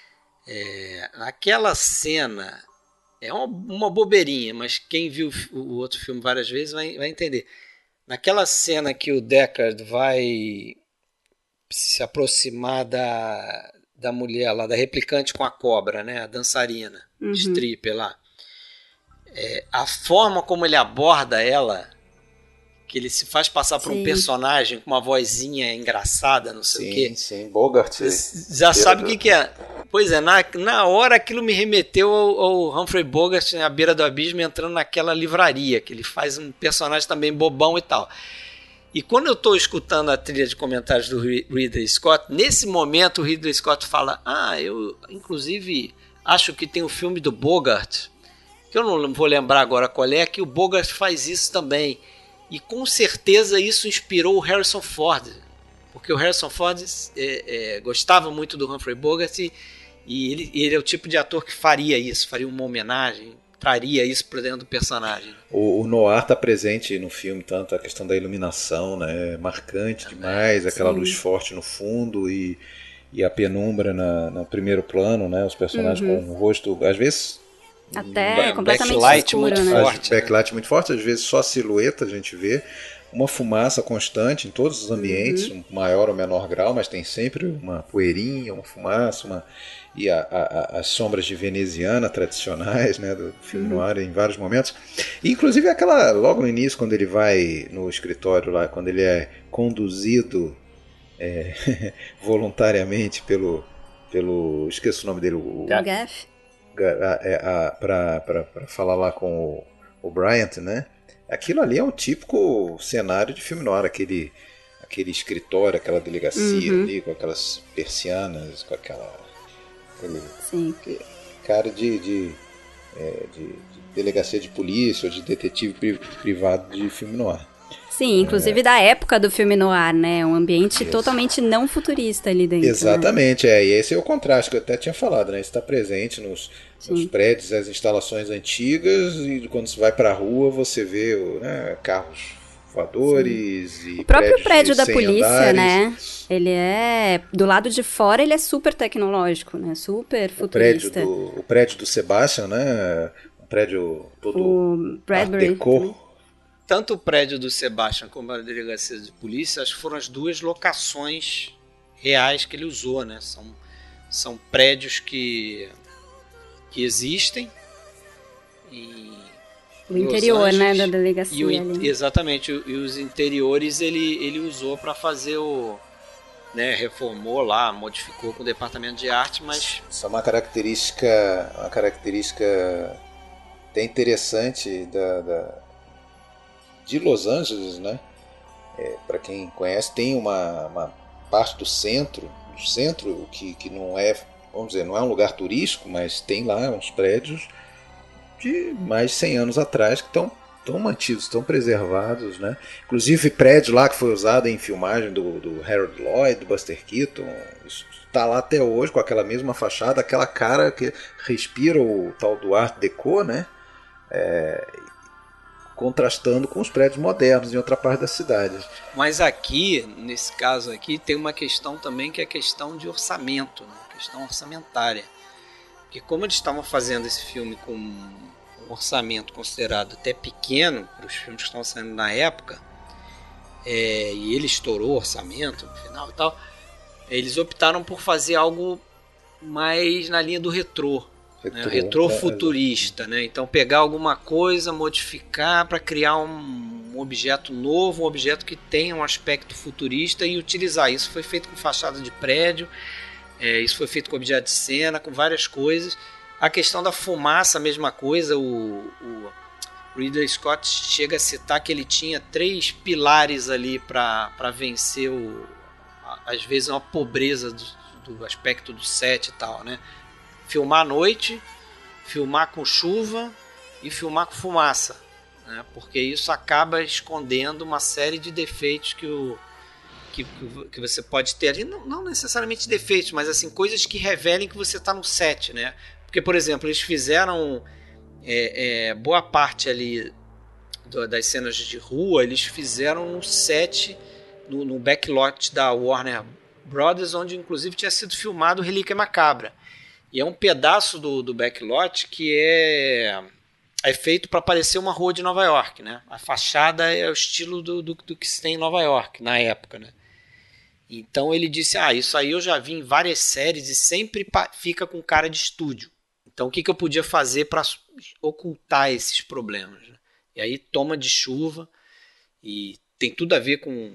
É, naquela cena, é uma, uma bobeirinha, mas quem viu o, o outro filme várias vezes vai, vai entender. Naquela cena que o Deckard vai se aproximar da... da mulher lá, da replicante com a cobra, né? A dançarina, uhum. stripper lá. É, a forma como ele aborda ela, que ele se faz passar por sim. um personagem com uma vozinha engraçada, não sei sim, o quê. Sim, sim, Bogart. Já sabe o que, que é. Pois é, na, na hora aquilo me remeteu ao, ao Humphrey Bogart à beira do abismo, entrando naquela livraria, que ele faz um personagem também bobão e tal. E quando eu estou escutando a trilha de comentários do Ridley Scott, nesse momento o Ridley Scott fala, ah, eu inclusive acho que tem o filme do Bogart, que eu não vou lembrar agora qual é, que o Bogart faz isso também. E com certeza isso inspirou o Harrison Ford, porque o Harrison Ford é, é, gostava muito do Humphrey Bogart e, e ele, ele é o tipo de ator que faria isso, faria uma homenagem, traria isso para dentro do personagem. O, o noir está presente no filme, tanto a questão da iluminação, né, marcante demais, aquela Sim. luz forte no fundo e, e a penumbra na, no primeiro plano, né, os personagens uhum. com o rosto, às vezes... Até um, completamente backlight escuro, muito né? forte. Backlight muito forte, às vezes só a silhueta a gente vê, uma fumaça constante em todos os ambientes, uhum. um maior ou menor grau, mas tem sempre uma poeirinha, uma fumaça, uma... e a, a, as sombras de veneziana tradicionais, né, do filme uhum. noir em vários momentos. E, inclusive aquela, logo no início, quando ele vai no escritório lá, quando ele é conduzido é, voluntariamente pelo, pelo... esqueço o nome dele. O Gaff. Para falar lá com o, o Bryant, né? Aquilo ali é um típico cenário de filme noir, aquele, aquele escritório, aquela delegacia uhum. ali, com aquelas persianas, com aquela... Aquele, Sim. cara de, de, é, de, de delegacia de polícia ou de detetive privado de filme noir. Sim, inclusive é. da época do filme noir, né? Um ambiente Isso. totalmente não futurista ali dentro. Exatamente, né? é. E esse é o contraste que eu até tinha falado, né? Isso está presente nos, nos prédios, as instalações antigas, e quando você vai para a rua você vê né, carros voadores Sim. e o próprio prédio da polícia, andares. né? Ele é do lado de fora, ele é super tecnológico, né? Super futurista. O prédio do, o prédio do Sebastian, né? Um prédio todo o Bradbury. Art Deco. Tanto o prédio do Sebastian como a delegacia de polícia, acho que foram as duas locações reais que ele usou, né? São, são prédios que, que existem em o interior, né, da delegacia. E o, exatamente, e os interiores ele, ele usou para fazer o... Né, reformou lá, modificou com o departamento de arte, mas... Isso é uma característica, uma característica até interessante da... da de Los Angeles, né? É, para quem conhece, tem uma, uma parte do centro, do centro que, que não é, vamos dizer, não é um lugar turístico, mas tem lá uns prédios de mais de cem anos atrás que estão estão mantidos, estão preservados, né? Inclusive prédio lá que foi usado em filmagem do, do Harold Lloyd, do Buster Keaton, está lá até hoje com aquela mesma fachada, aquela cara que respira o tal do Art Deco, né? É, contrastando com os prédios modernos em outra parte da cidade. Mas aqui, nesse caso aqui, tem uma questão também que é a questão de orçamento, né? Questão orçamentária. Porque como eles estavam fazendo esse filme com um orçamento considerado até pequeno para os filmes que estavam saindo na época, é, e ele estourou o orçamento no final e tal, eles optaram por fazer algo mais na linha do retrô. Retrô, né? Retrô futurista, né? Então pegar alguma coisa, modificar para criar um objeto novo, um objeto que tenha um aspecto futurista e utilizar. Isso foi feito com fachada de prédio, é, isso foi feito com objeto de cena, com várias coisas. A questão da fumaça, a mesma coisa. O, o Ridley Scott chega a citar que ele tinha três pilares ali para vencer o, às vezes uma pobreza do, do aspecto do set e tal, né? Filmar à noite, filmar com chuva e filmar com fumaça, né? Porque isso acaba escondendo uma série de defeitos que, o, que, que você pode ter ali, não, não necessariamente defeitos, mas assim, coisas que revelem que você está no set, né? Porque, por exemplo, eles fizeram é, é, boa parte ali do, das cenas de rua, eles fizeram um set no, no backlot da Warner Brothers, onde inclusive tinha sido filmado Relíquia Macabra. E é um pedaço do, do backlot que é, é feito para parecer uma rua de Nova York, né? A fachada é o estilo do, do, do que se tem em Nova York na época, né? Então ele disse, ah, isso aí eu já vi em várias séries e sempre fica com cara de estúdio. Então o que, que eu podia fazer para ocultar esses problemas, né? E aí toma de chuva e tem tudo a ver com...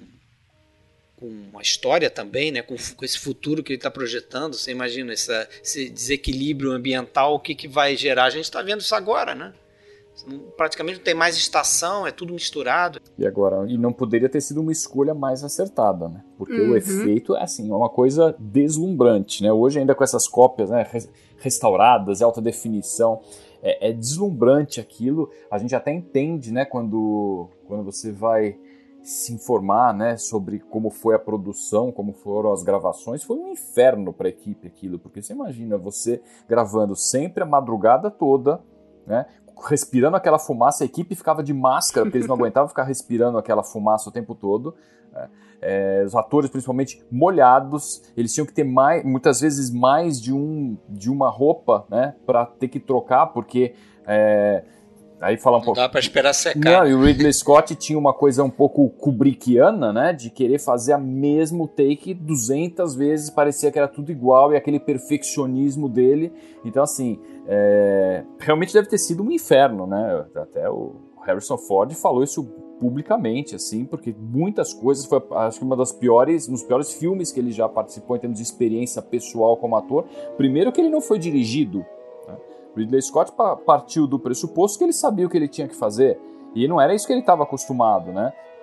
com a história também, né? com, com esse futuro que ele está projetando. Você imagina essa, esse desequilíbrio ambiental, o que, que vai gerar? A gente está vendo isso agora, né? Praticamente não tem mais estação, é tudo misturado. E agora, e não poderia ter sido uma escolha mais acertada, né? Porque uhum. o efeito é assim, é uma coisa deslumbrante, né? Hoje ainda com essas cópias, né, restauradas, alta definição, é, é deslumbrante aquilo. A gente até entende, né, quando, quando você vai se informar, né, sobre como foi a produção, como foram as gravações. Foi um inferno para a equipe aquilo, porque você imagina você gravando sempre a madrugada toda, né, respirando aquela fumaça. A equipe ficava de máscara porque eles não aguentavam ficar respirando aquela fumaça o tempo todo, né? É, os atores principalmente molhados, eles tinham que ter mais, muitas vezes mais de, um, de uma roupa, né, para ter que trocar, porque é, aí fala um não pouco. Dá para esperar secar. Não, e o Ridley Scott tinha uma coisa um pouco kubrickiana, né, de querer fazer a mesmo take duzentas vezes, parecia que era tudo igual, e aquele perfeccionismo dele. Então, assim, é, realmente deve ter sido um inferno, né? Até o Harrison Ford falou isso publicamente, assim, porque muitas coisas, foi, acho que uma das piores, nos piores filmes que ele já participou em termos de experiência pessoal como ator. Primeiro que ele não foi dirigido. Ridley Scott partiu do pressuposto que ele sabia o que ele tinha que fazer, e não era isso que ele estava acostumado, né?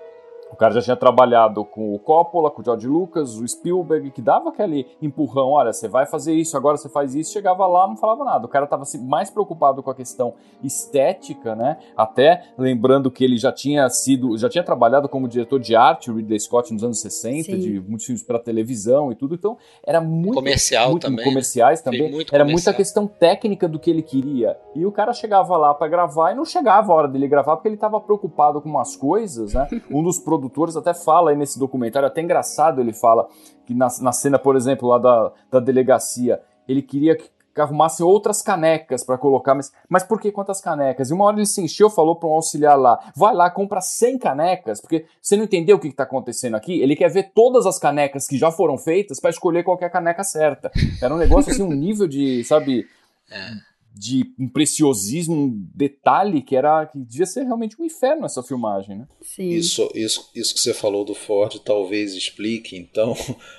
O cara já tinha trabalhado com o Coppola, com o George Lucas, o Spielberg, que dava aquele empurrão, olha, você vai fazer isso, agora você faz isso, chegava lá, não falava nada. O cara estava assim, mais preocupado com a questão estética, né? Até lembrando que ele já tinha sido, já tinha trabalhado como diretor de arte, o Ridley Scott, nos anos sessenta, Sim. de muitos filmes para televisão e tudo, então era muito... Comercial muito, também. Comerciais também. Era comercial. Muita questão técnica do que ele queria. E o cara chegava lá para gravar e não chegava a hora dele gravar porque ele estava preocupado com umas coisas, né? Um dos produtores até fala aí nesse documentário, até engraçado, ele fala que na, na cena, por exemplo, lá da, da delegacia, ele queria que arrumasse outras canecas para colocar, mas, mas por que quantas canecas? E uma hora ele se encheu, falou para um auxiliar lá, vai lá, compra cem canecas, porque você não entendeu o que está acontecendo aqui, ele quer ver todas as canecas que já foram feitas para escolher qual que é a caneca certa. Era um negócio assim, um nível de, sabe... É. de um preciosismo, um detalhe que era que devia ser realmente um inferno essa filmagem, né? Sim. Isso, isso, isso que você falou do Ford talvez explique, então,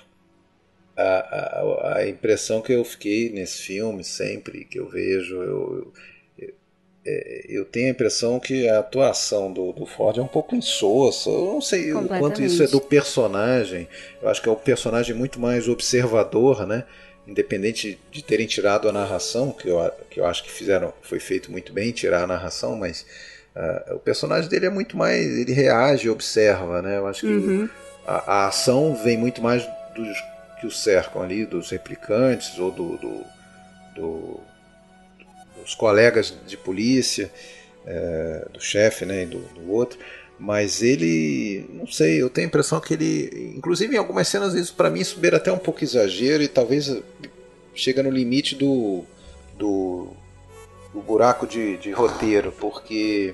a, a, a impressão que eu fiquei nesse filme, sempre que eu vejo, eu, eu, eu tenho a impressão que a atuação do, do Ford é um pouco insossa. Eu não sei o quanto isso é do personagem. Eu acho que é um personagem muito mais observador, né? Independente de terem tirado a narração, que eu, que eu acho que fizeram, foi feito muito bem tirar a narração, mas uh, o personagem dele é muito mais, ele reage e observa, né? Eu acho que uhum. a, a ação vem muito mais dos que o cercam ali, dos replicantes ou do, do, do, dos colegas de polícia, é, do chefe, né, e do, do outro. Mas ele, não sei, eu tenho a impressão que ele, inclusive em algumas cenas, isso para mim isso beira até um pouco exagero e talvez chega no limite do, do, do buraco de, de roteiro, porque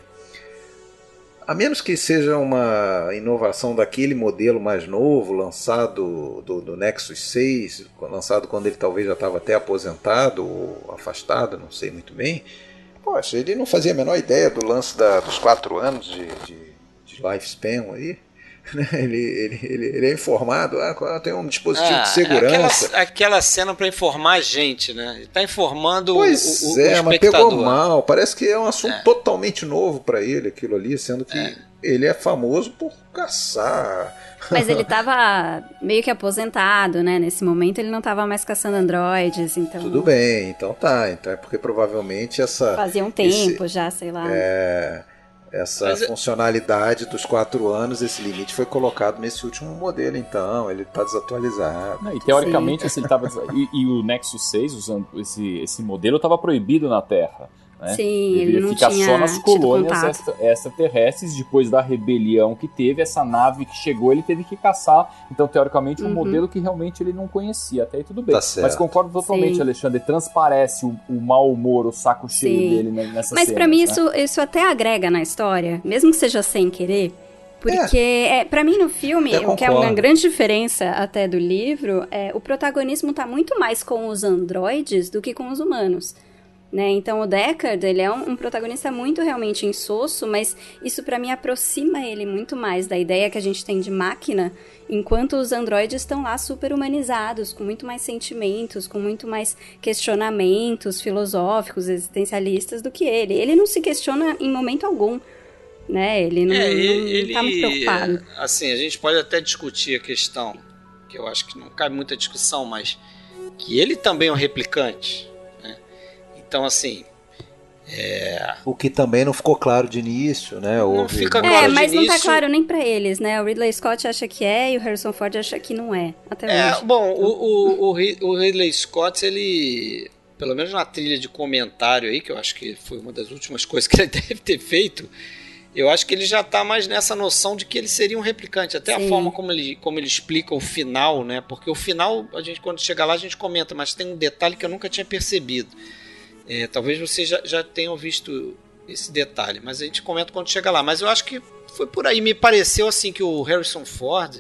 a menos que seja uma inovação daquele modelo mais novo, lançado do, do Nexus seis, lançado quando ele talvez já estava até aposentado ou afastado, não sei muito bem, poxa, ele não fazia a menor ideia do lance da, dos quatro anos de, de lifespan aí, né? ele, ele, ele, ele é informado, ah, tem um dispositivo ah, de segurança. Aquela, aquela cena para informar a gente, né? Ele está informando pois o, o, é, o mas espectador. Pegou mal, parece que é um assunto é. totalmente novo para ele, aquilo ali, sendo que é. ele é famoso por caçar. Mas ele estava meio que aposentado, né? Nesse momento ele não estava mais caçando androides, então... Tudo bem, então tá, então é porque provavelmente essa... Fazia um tempo esse, já, sei lá. É... Essa Mas, funcionalidade dos quatro anos, esse limite foi colocado nesse último modelo, então ele está desatualizado. Não, e teoricamente assim, ele tava, e, e o Nexus seis, usando esse, esse modelo, estava proibido na Terra. Né? Sim, deveria ele não ficar tinha só nas colônias contato. extra, extraterrestres. Depois da rebelião que teve, essa nave que chegou, ele teve que caçar. Então, teoricamente, um uhum. modelo que realmente ele não conhecia. Até aí tudo bem. Tá certo. Mas concordo totalmente, Sim. Alexandre. Transparece o, o mau humor, o saco cheio Sim. dele nessa Mas cena. pra mim, né? isso, isso até agrega na história, mesmo que seja sem querer. Porque, é. É, pra mim, no filme, Eu o que é uma grande diferença até do livro, é o protagonismo tá muito mais com os androides do que com os humanos. Né? Então o Deckard, ele é um, um protagonista muito realmente insosso, mas isso pra mim aproxima ele muito mais da ideia que a gente tem de máquina, enquanto os androides estão lá super humanizados, com muito mais sentimentos, com muito mais questionamentos filosóficos, existencialistas do que ele. Ele não se questiona em momento algum, né? Ele não, é, não, ele, não tá muito preocupado. Assim, a gente pode até discutir a questão, que eu acho que não cabe muita discussão, mas que ele também é um replicante. Então, assim... É... O que também não ficou claro de início, né? Não Houve... fica claro É, mas de não início... tá claro nem pra eles, né? O Ridley Scott acha que é e o Harrison Ford acha que não é. Até é, hoje. Bom, o, o, o Ridley Scott, ele... Pelo menos na trilha de comentário aí, que eu acho que foi uma das últimas coisas que ele deve ter feito, eu acho que ele já tá mais nessa noção de que ele seria um replicante. Até Sim. a forma como ele, como ele explica o final, né? Porque o final, a gente, quando chegar lá, a gente comenta, mas tem um detalhe que eu nunca tinha percebido. É, talvez vocês já, já tenham visto esse detalhe, mas a gente comenta quando chega lá. Mas eu acho que foi por aí. Me pareceu assim que o Harrison Ford,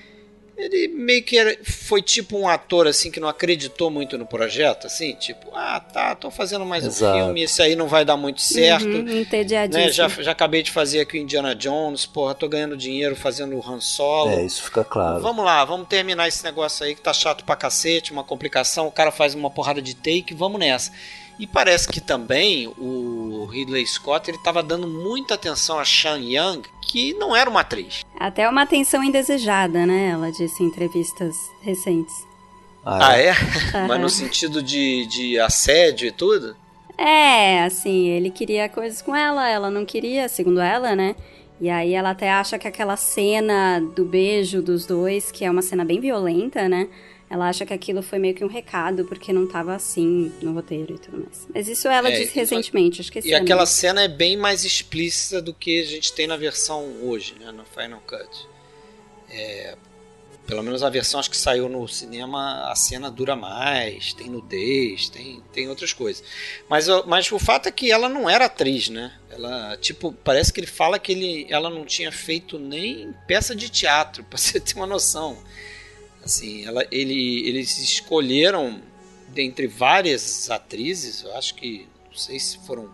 ele meio que era, foi tipo um ator assim que não acreditou muito no projeto, assim, tipo, ah, tá, tô fazendo mais Exato. um filme, esse aí não vai dar muito certo. Uhum, entediadíssimo. Né? Já, já acabei de fazer aqui o Indiana Jones, porra, tô ganhando dinheiro fazendo o Han Solo. É, isso fica claro. Vamos lá, vamos terminar esse negócio aí que tá chato pra cacete, uma complicação, o cara faz uma porrada de take, vamos nessa. E parece que também o Ridley Scott ele estava dando muita atenção a Sean Young, que não era uma atriz. Até uma atenção indesejada, né? Ela disse em entrevistas recentes. Ah, é? Uhum. Mas no sentido de, de assédio e tudo? É, assim, ele queria coisas com ela, ela não queria, segundo ela, né? E aí ela até acha que aquela cena do beijo dos dois, que é uma cena bem violenta, né? Ela acha que aquilo foi meio que um recado, porque não estava assim no roteiro e tudo mais. Mas isso ela é, disse recentemente, acho que esse E aquela mesmo. Cena é bem mais explícita do que a gente tem na versão hoje, né? No Final Cut. É, pelo menos a versão acho que saiu no cinema, a cena dura mais, tem nudez, tem, tem outras coisas. Mas, mas o fato é que ela não era atriz, né? Ela, tipo, parece que ele fala que ele, ela não tinha feito nem peça de teatro, pra você ter uma noção. Assim, ela, ele, eles escolheram, dentre várias atrizes, eu acho que, não sei se foram,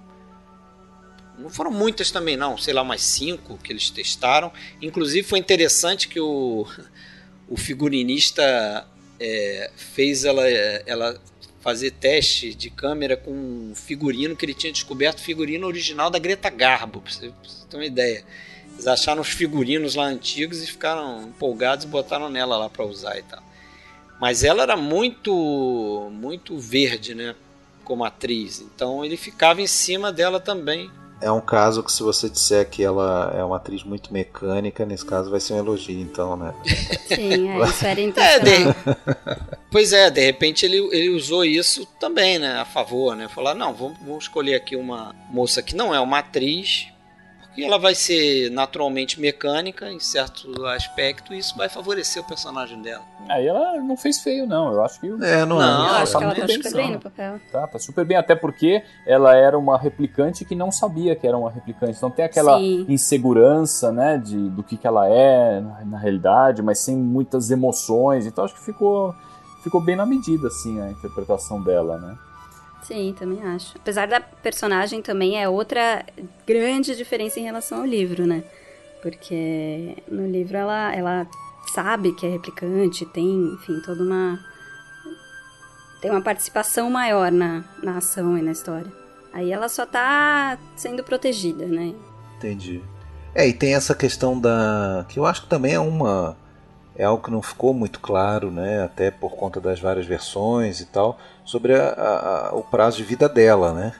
não foram muitas também não, sei lá, umas cinco que eles testaram. Inclusive foi interessante que o, o figurinista é, fez ela, ela fazer teste de câmera com um figurino que ele tinha descoberto, figurino original da Greta Garbo, pra você, pra você ter uma ideia. Eles acharam os figurinos lá antigos e ficaram empolgados e botaram nela lá para usar e tal. Mas ela era muito, muito verde, né? Como atriz. Então ele ficava em cima dela também. É um caso que se você disser que ela é uma atriz muito mecânica, nesse caso vai ser um elogio, então, né? Sim, é, isso era intencional. É, de... Pois é, de repente ele, ele usou isso também, né? A favor, né? Falar, não, vamos, vamos escolher aqui uma moça que não é uma atriz, e ela vai ser naturalmente mecânica em certo aspecto, e isso vai favorecer o personagem dela. Aí ela não fez feio, não. Eu acho que... É, não, não é. Eu acho tá que ela tá bem, super bem no papel. Tá, tá super bem, até porque ela era uma replicante que não sabia que era uma replicante. Então tem aquela Sim. insegurança, né, de, do que, que ela é na, na realidade, mas sem muitas emoções. Então acho que ficou, ficou bem na medida, assim, a interpretação dela, né? Sim, também acho. Apesar da personagem também é outra grande diferença em relação ao livro, né? Porque no livro ela, ela sabe que é replicante, tem, enfim, toda uma... tem uma participação maior na, na ação e na história. Aí ela só tá sendo protegida, né? Entendi. É, e tem essa questão da... que eu acho que também é uma... é algo que não ficou muito claro, né, até por conta das várias versões e tal, sobre a, a, o prazo de vida dela, né?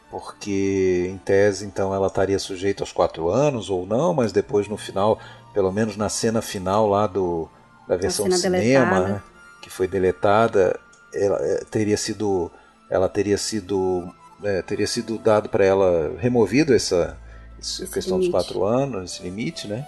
Porque em tese então ela estaria sujeita aos quatro anos ou não, mas depois no final, pelo menos na cena final lá do, da versão de cinema, né, que foi deletada, ela teria sido, ela teria sido, é, teria sido dado para ela removido essa, essa questão limite. dos quatro anos, esse limite, né?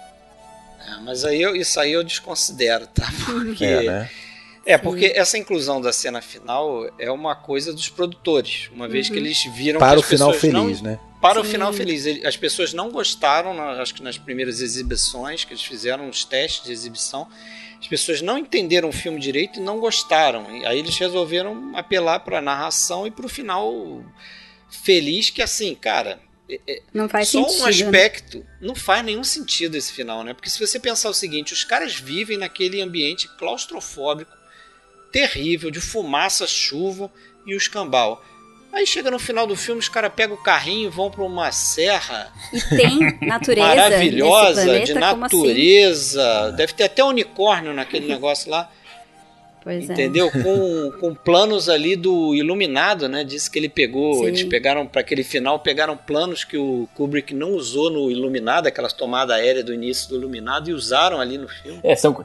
É, mas aí eu, isso aí eu desconsidero, tá? Porque, é, né? é, porque essa inclusão da cena final é uma coisa dos produtores, uma vez uhum. que eles viram para que o as final pessoas feliz, não, né? Para Sim. o final feliz. As pessoas não gostaram, acho que nas primeiras exibições, que eles fizeram os testes de exibição, as pessoas não entenderam o filme direito e não gostaram. E aí eles resolveram apelar para a narração e para o final feliz, que assim, cara... Não faz só sentido, um aspecto, né? Não faz nenhum sentido esse final, né? Porque se você pensar o seguinte, os caras vivem naquele ambiente claustrofóbico, terrível, de fumaça, chuva e o escambau. Aí chega no final do filme, os caras pegam o carrinho e vão para uma serra e tem natureza maravilhosa, planeta, de natureza, assim? Deve ter até unicórnio naquele negócio lá. Pois entendeu? É. Com, com planos ali do Iluminado, né? Disse que ele pegou, Sim. eles pegaram para aquele final, pegaram planos que o Kubrick não usou no Iluminado, aquelas tomadas aéreas do início do Iluminado, e usaram ali no filme. É, são,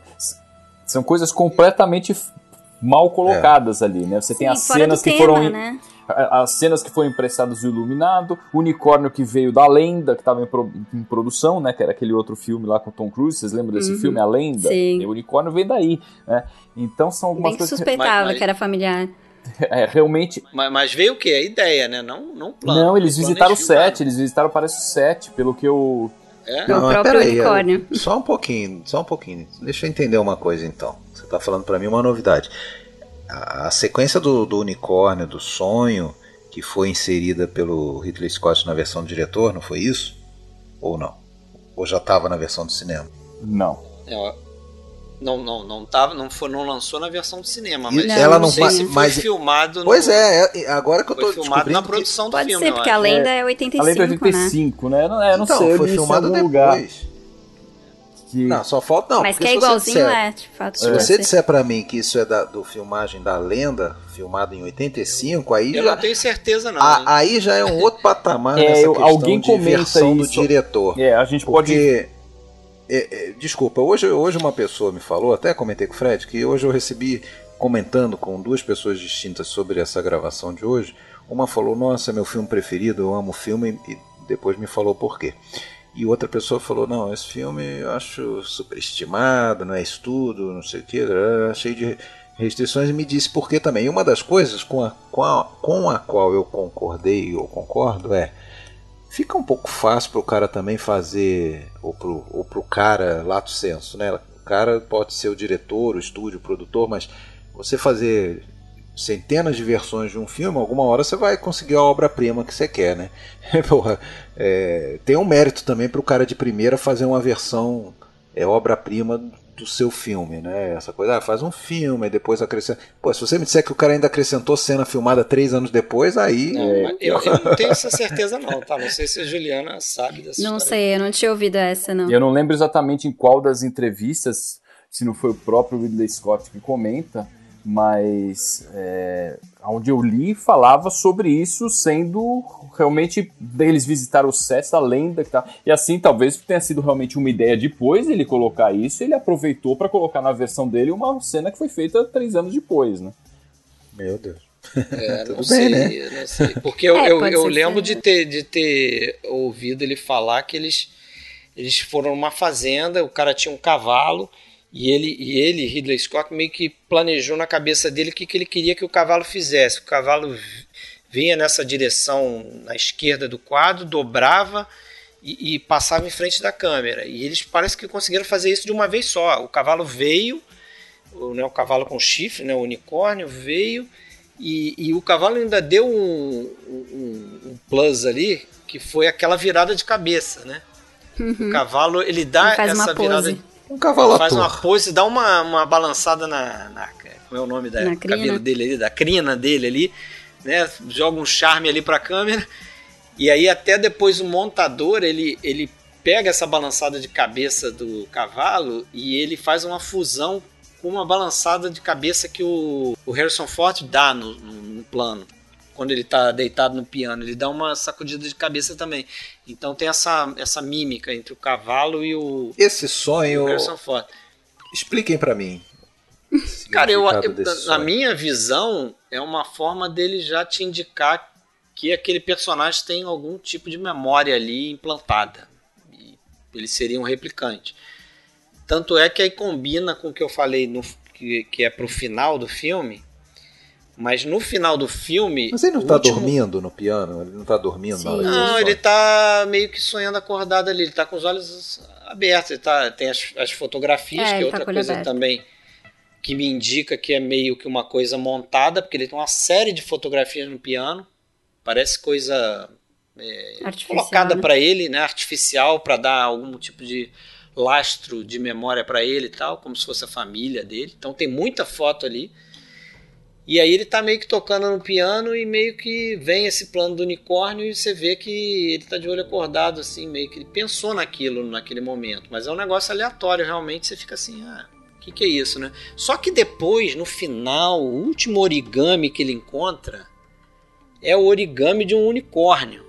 são coisas completamente mal colocadas é. ali, né? Você Sim, tem as cenas que tema, foram... Né? As cenas que foram emprestadas do Iluminado, o unicórnio que veio da Lenda, que estava em, pro, em produção, né, que era aquele outro filme lá com Tom Cruise, vocês lembram desse uhum. filme, A Lenda? Sim. E o unicórnio veio daí, né? Então são algumas Bem coisas... que suspeitava mas, mas... que era familiar. É, realmente... Mas, mas veio o quê? A ideia, né? Não, não o plano. Não, eles plano visitaram o filmaram. set, eles visitaram, parece o set, pelo que eu... É? Não, o próprio peraí, unicórnio. Eu, só um pouquinho, só um pouquinho. Deixa eu entender uma coisa então. Você está falando para mim uma novidade. A, a sequência do, do unicórnio, do sonho... que foi inserida pelo Ridley Scott na versão do diretor, não foi isso? Ou não? Ou já estava na versão do cinema? Não. É, Não, não, não, tava, não, foi, não lançou na versão do cinema, mas não, ela não, não sei se foi mas, filmado. Pois no, é, agora que eu tô foi filmado na que... produção do Pode filme. ser, porque a lenda é oitenta e cinco, a lenda é oitenta e cinco, né? né? Não, é, não então, sei, eu foi li filmado em algum depois. Lugar que... Não, só falta não. Mas que é se igualzinho, disser, é, de fato. Se você disser pra mim que isso é da do filmagem da lenda, filmado em oitenta e cinco, aí eu já... não tenho certeza não. A, aí já é um outro patamar é, nessa eu, questão alguém de comenta versão isso. do diretor. É, a gente pode... Porque, é, é, desculpa, hoje, hoje uma pessoa me falou, até comentei com o Fred, que hoje eu recebi, comentando com duas pessoas distintas sobre essa gravação de hoje, uma falou, nossa, é meu filme preferido, eu amo o filme, e depois me falou por quê. E outra pessoa falou, não, esse filme eu acho superestimado, não é isso tudo, não sei o que, cheio de restrições, e me disse por quê também. E uma das coisas com a, com a, com a qual eu concordei ou concordo é, fica um pouco fácil para o cara também fazer, ou pro, ou pro cara lato sensu, né? O cara pode ser o diretor, o estúdio, o produtor, mas você fazer centenas de versões de um filme, alguma hora você vai conseguir a obra-prima que você quer, né? Porra, é, tem um mérito também para o cara de primeira fazer uma versão é, obra-prima do seu filme, né? Essa coisa, ah, faz um filme e depois acrescenta. Pô, se você me disser que o cara ainda acrescentou cena filmada três anos depois, aí... Não, é... eu, eu não tenho essa certeza não, tá? Não sei se a Juliana sabe dessa Não história. sei, eu não tinha ouvido essa, não. Eu não lembro exatamente em qual das entrevistas, se não foi o próprio Ridley Scott que comenta, mas é, onde eu li falava sobre isso sendo realmente deles visitar o set da lenda que tá, e assim talvez tenha sido realmente uma ideia depois ele colocar isso, ele aproveitou para colocar na versão dele uma cena que foi feita três anos depois, né? Meu Deus. É, não Tudo sei, bem, né? não sei. Porque eu, É, eu, pode eu ser lembro que de ter, de ter ouvido ele falar que eles, eles foram numa fazenda, o cara tinha um cavalo. E ele, e ele, Ridley Scott, meio que planejou na cabeça dele o que, que ele queria que o cavalo fizesse. O cavalo vinha nessa direção na esquerda do quadro, dobrava e, e passava em frente da câmera. E eles parece que conseguiram fazer isso de uma vez só. O cavalo veio, o, né, o cavalo com chifre, né, o unicórnio veio, e, e o cavalo ainda deu um, um, um plus ali, que foi aquela virada de cabeça, né? Uhum. O cavalo, ele dá ele essa virada... Um cavalo faz ator. uma pose, dá uma, uma balançada na, na... Como é o nome da cabelo dele ali? Da crina dele ali, né? Joga um charme ali pra câmera. E aí até depois o montador, ele, ele pega essa balançada de cabeça do cavalo e ele faz uma fusão com uma balançada de cabeça que o, o Harrison Ford dá no, no, no plano. Quando ele está deitado no piano, ele dá uma sacudida de cabeça também. Então tem essa, essa mímica entre o cavalo e o, Esse sonho... o Harrison Ford. Expliquem para mim. Cara, eu, eu na minha visão, é uma forma dele já te indicar que aquele personagem tem algum tipo de memória ali implantada. E ele seria um replicante. Tanto é que aí combina com o que eu falei, no, que, que é pro final do filme. Mas no final do filme... Mas ele não tá último... dormindo no piano? Ele não tá dormindo Sim. na hora Não, ele tá meio que sonhando acordado ali. Ele tá com os olhos abertos. Ele tá, tem as, as fotografias, é, que é outra tá coisa também que me indica que é meio que uma coisa montada, porque ele tem uma série de fotografias no piano. Parece coisa é, colocada, né, para ele, né, artificial, para dar algum tipo de lastro de memória para ele e tal, como se fosse a família dele. Então tem muita foto ali. E aí ele tá meio que tocando no piano e meio que vem esse plano do unicórnio e você vê que ele tá de olho acordado, assim, meio que ele pensou naquilo naquele momento. Mas é um negócio aleatório, realmente, você fica assim, ah, o que, que é isso, né? Só que depois, no final, o último origami que ele encontra é o origami de um unicórnio.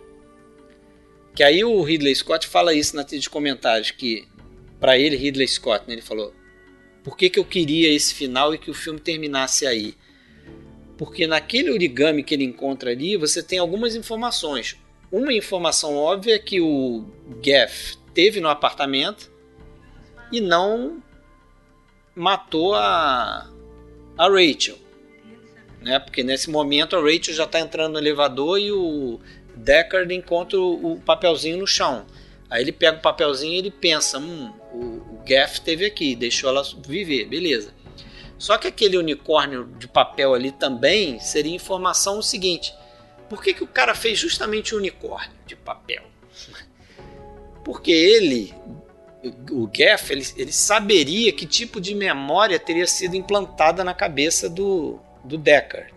Que aí o Ridley Scott fala isso na trilha de comentários, que pra ele, Ridley Scott, né, ele falou, por que, que eu queria esse final e que o filme terminasse aí? Porque naquele origami que ele encontra ali, você tem algumas informações. Uma informação óbvia é que o Gaff teve no apartamento e não matou a, a Rachel. Né? Porque nesse momento a Rachel já está entrando no elevador e o Deckard encontra o, o papelzinho no chão. Aí ele pega o papelzinho e ele pensa, hum, o, o Gaff esteve aqui, deixou ela viver, beleza. Só que aquele unicórnio de papel ali também seria informação o seguinte, por que, que o cara fez justamente o unicórnio de papel? Porque ele, o Gaff, ele, ele saberia que tipo de memória teria sido implantada na cabeça do, do Deckard,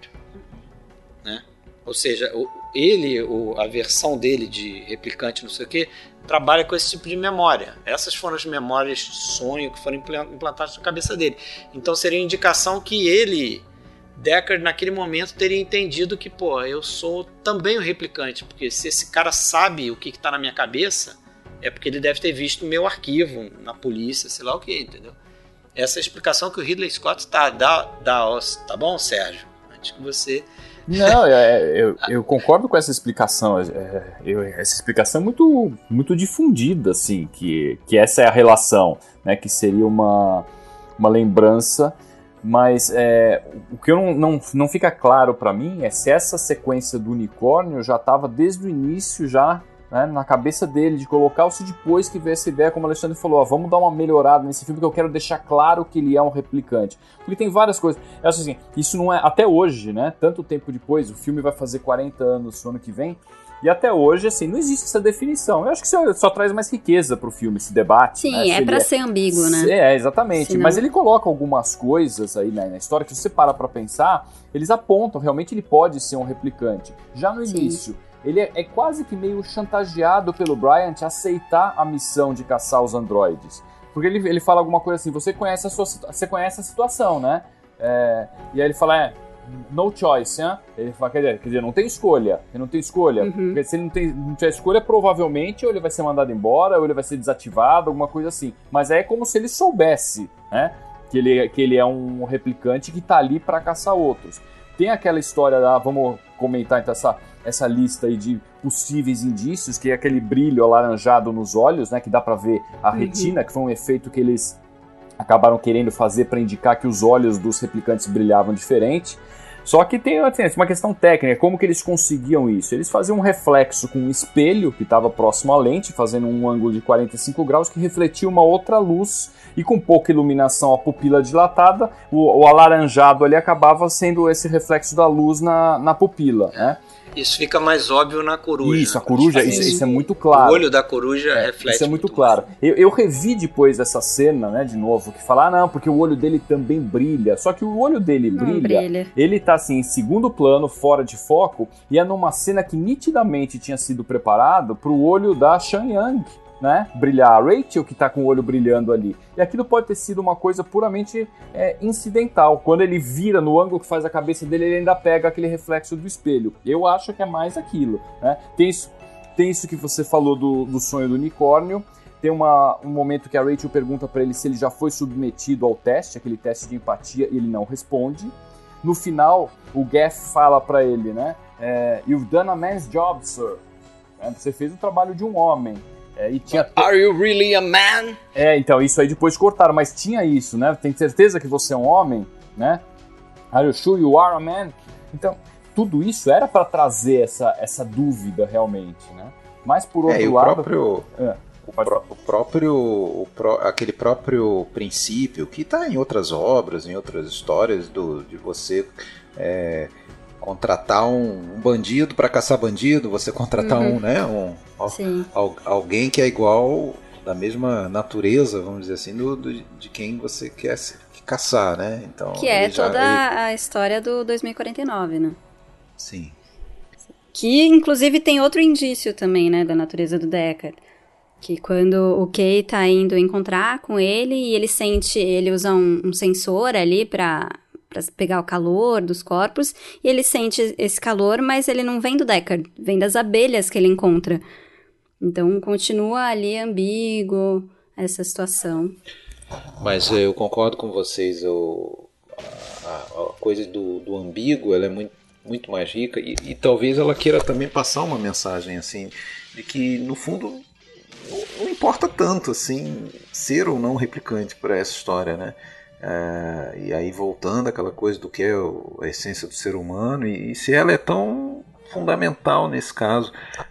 né? Ou seja, o, ele, o, a versão dele de replicante, não sei o que, trabalha com esse tipo de memória. Essas foram as memórias de sonho que foram implantadas na cabeça dele. Então seria uma indicação que ele, Deckard, naquele momento teria entendido que, pô, eu sou também um replicante, porque se esse cara sabe o que está na minha cabeça, é porque ele deve ter visto o meu arquivo na polícia, sei lá o que, entendeu? Essa é a explicação que o Ridley Scott tá, dá, dá, tá bom, Sérgio? Antes que você... Não, eu, eu, eu concordo com essa explicação. Eu, essa explicação é muito, muito difundida, assim, que, que essa é a relação, né, que seria uma, uma lembrança, mas é, o que eu não, não, não fica claro para mim é se essa sequência do unicórnio já estava desde o início já, né, na cabeça dele, de colocar ou se depois que veio essa ideia, como o Alexandre falou, ó, vamos dar uma melhorada nesse filme que eu quero deixar claro que ele é um replicante. Porque tem várias coisas. Eu acho assim, isso não é, até hoje, né, tanto tempo depois, o filme vai fazer quarenta anos no ano que vem, e até hoje, assim, não existe essa definição. Eu acho que isso só traz mais riqueza pro filme, esse debate. Sim, né, é pra é, ser ambíguo, né? É, exatamente. Senão... Mas ele coloca algumas coisas aí, né, na história que se você para pra pensar, eles apontam, realmente ele pode ser um replicante. Já no Sim. início... Ele é, é quase que meio chantageado pelo Bryant a aceitar a missão de caçar os androides. Porque ele, ele fala alguma coisa assim, você conhece a, sua, você conhece a situação, né? É, e aí ele fala, é, no choice, né? Ele fala, quer dizer, quer dizer, não tem escolha, ele não tem escolha. Uhum. Porque se ele não, tem, não tiver escolha, provavelmente ou ele vai ser mandado embora, ou ele vai ser desativado, alguma coisa assim. Mas é como se ele soubesse, né? Que ele, que ele é um replicante que tá ali para caçar outros. Tem aquela história da, vamos comentar então essa, essa lista aí de possíveis indícios, que é aquele brilho alaranjado nos olhos, né, que dá para ver a uhum. retina, que foi um efeito que eles acabaram querendo fazer para indicar que os olhos dos replicantes brilhavam diferente. Só que tem assim, uma questão técnica, como que eles conseguiam isso? Eles faziam um reflexo com um espelho que estava próximo à lente, fazendo um ângulo de quarenta e cinco graus, que refletia uma outra luz, e com pouca iluminação, a pupila dilatada, o, o alaranjado ali acabava sendo esse reflexo da luz na, na pupila, né? Isso fica mais óbvio na coruja. Isso, a coruja, isso, isso é muito claro. O olho da coruja é, reflete. Isso é muito claro. Eu, eu revi depois essa cena, né, de novo, que fala, ah, não, porque o olho dele também brilha. Só que o olho dele brilha, brilha, ele tá assim, em segundo plano, fora de foco, e é numa cena que nitidamente tinha sido preparado pro olho da Shan Yang, né, brilhar. A Rachel que tá com o olho brilhando ali. E aquilo pode ter sido uma coisa puramente é, incidental. Quando ele vira no ângulo que faz a cabeça dele, ele ainda pega aquele reflexo do espelho. Eu acho que é mais aquilo, né? Tem isso, tem isso que você falou do, do sonho do unicórnio. Tem uma, um momento que a Rachel pergunta pra ele se ele já foi submetido ao teste, aquele teste de empatia, e ele não responde. No final, o Gaff fala pra ele, né? É, You've done a man's job, sir. É, você fez o trabalho de um homem. É, e tinha... Are you really a man? É, então, isso aí depois cortaram, mas tinha isso, né? Tem certeza que você é um homem, né? Are you sure you are a man? Então, tudo isso era para trazer essa, essa dúvida realmente, né? Mas por outro é, e o lado... Próprio... É, o, pró o próprio... O pró aquele próprio princípio que está em outras obras, em outras histórias, do, de você... É, contratar um, um bandido para caçar bandido, você contratar uhum. um, né, um, al, alguém que é igual, da mesma natureza, vamos dizer assim, do, do, de quem você quer se, caçar, né? Então, que é já, toda ele... a história do dois mil e quarenta e nove, né? Sim. Que, inclusive, tem outro indício também, né, da natureza do Deckard. Que quando o Kay tá indo encontrar com ele e ele sente, ele usa um, um sensor ali para para pegar o calor dos corpos, e ele sente esse calor, mas ele não vem do Deckard, vem das abelhas que ele encontra. Então continua ali ambíguo essa situação. Mas eu concordo com vocês, eu, a, a coisa do, do ambíguo, ela é muito, muito mais rica, e, e talvez ela queira também passar uma mensagem assim, de que no fundo não, não importa tanto assim ser ou não replicante para essa história, né? É, e aí voltando àquela coisa do que é a essência do ser humano e, e se ela é tão fundamental nesse caso,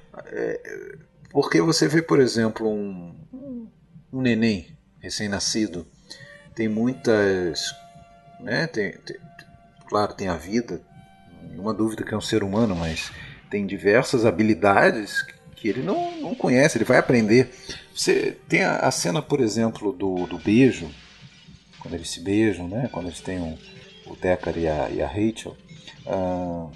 é, porque você vê, por exemplo, um, um neném recém-nascido, tem muitas, né, tem, tem, claro, tem a vida, nenhuma dúvida que é um ser humano, mas tem diversas habilidades que que ele não, não conhece, ele vai aprender. Você tem a, a cena, por exemplo, do, do beijo, quando eles se beijam, né? Quando eles têm um, o Deckard e a, e a Rachel. Ah,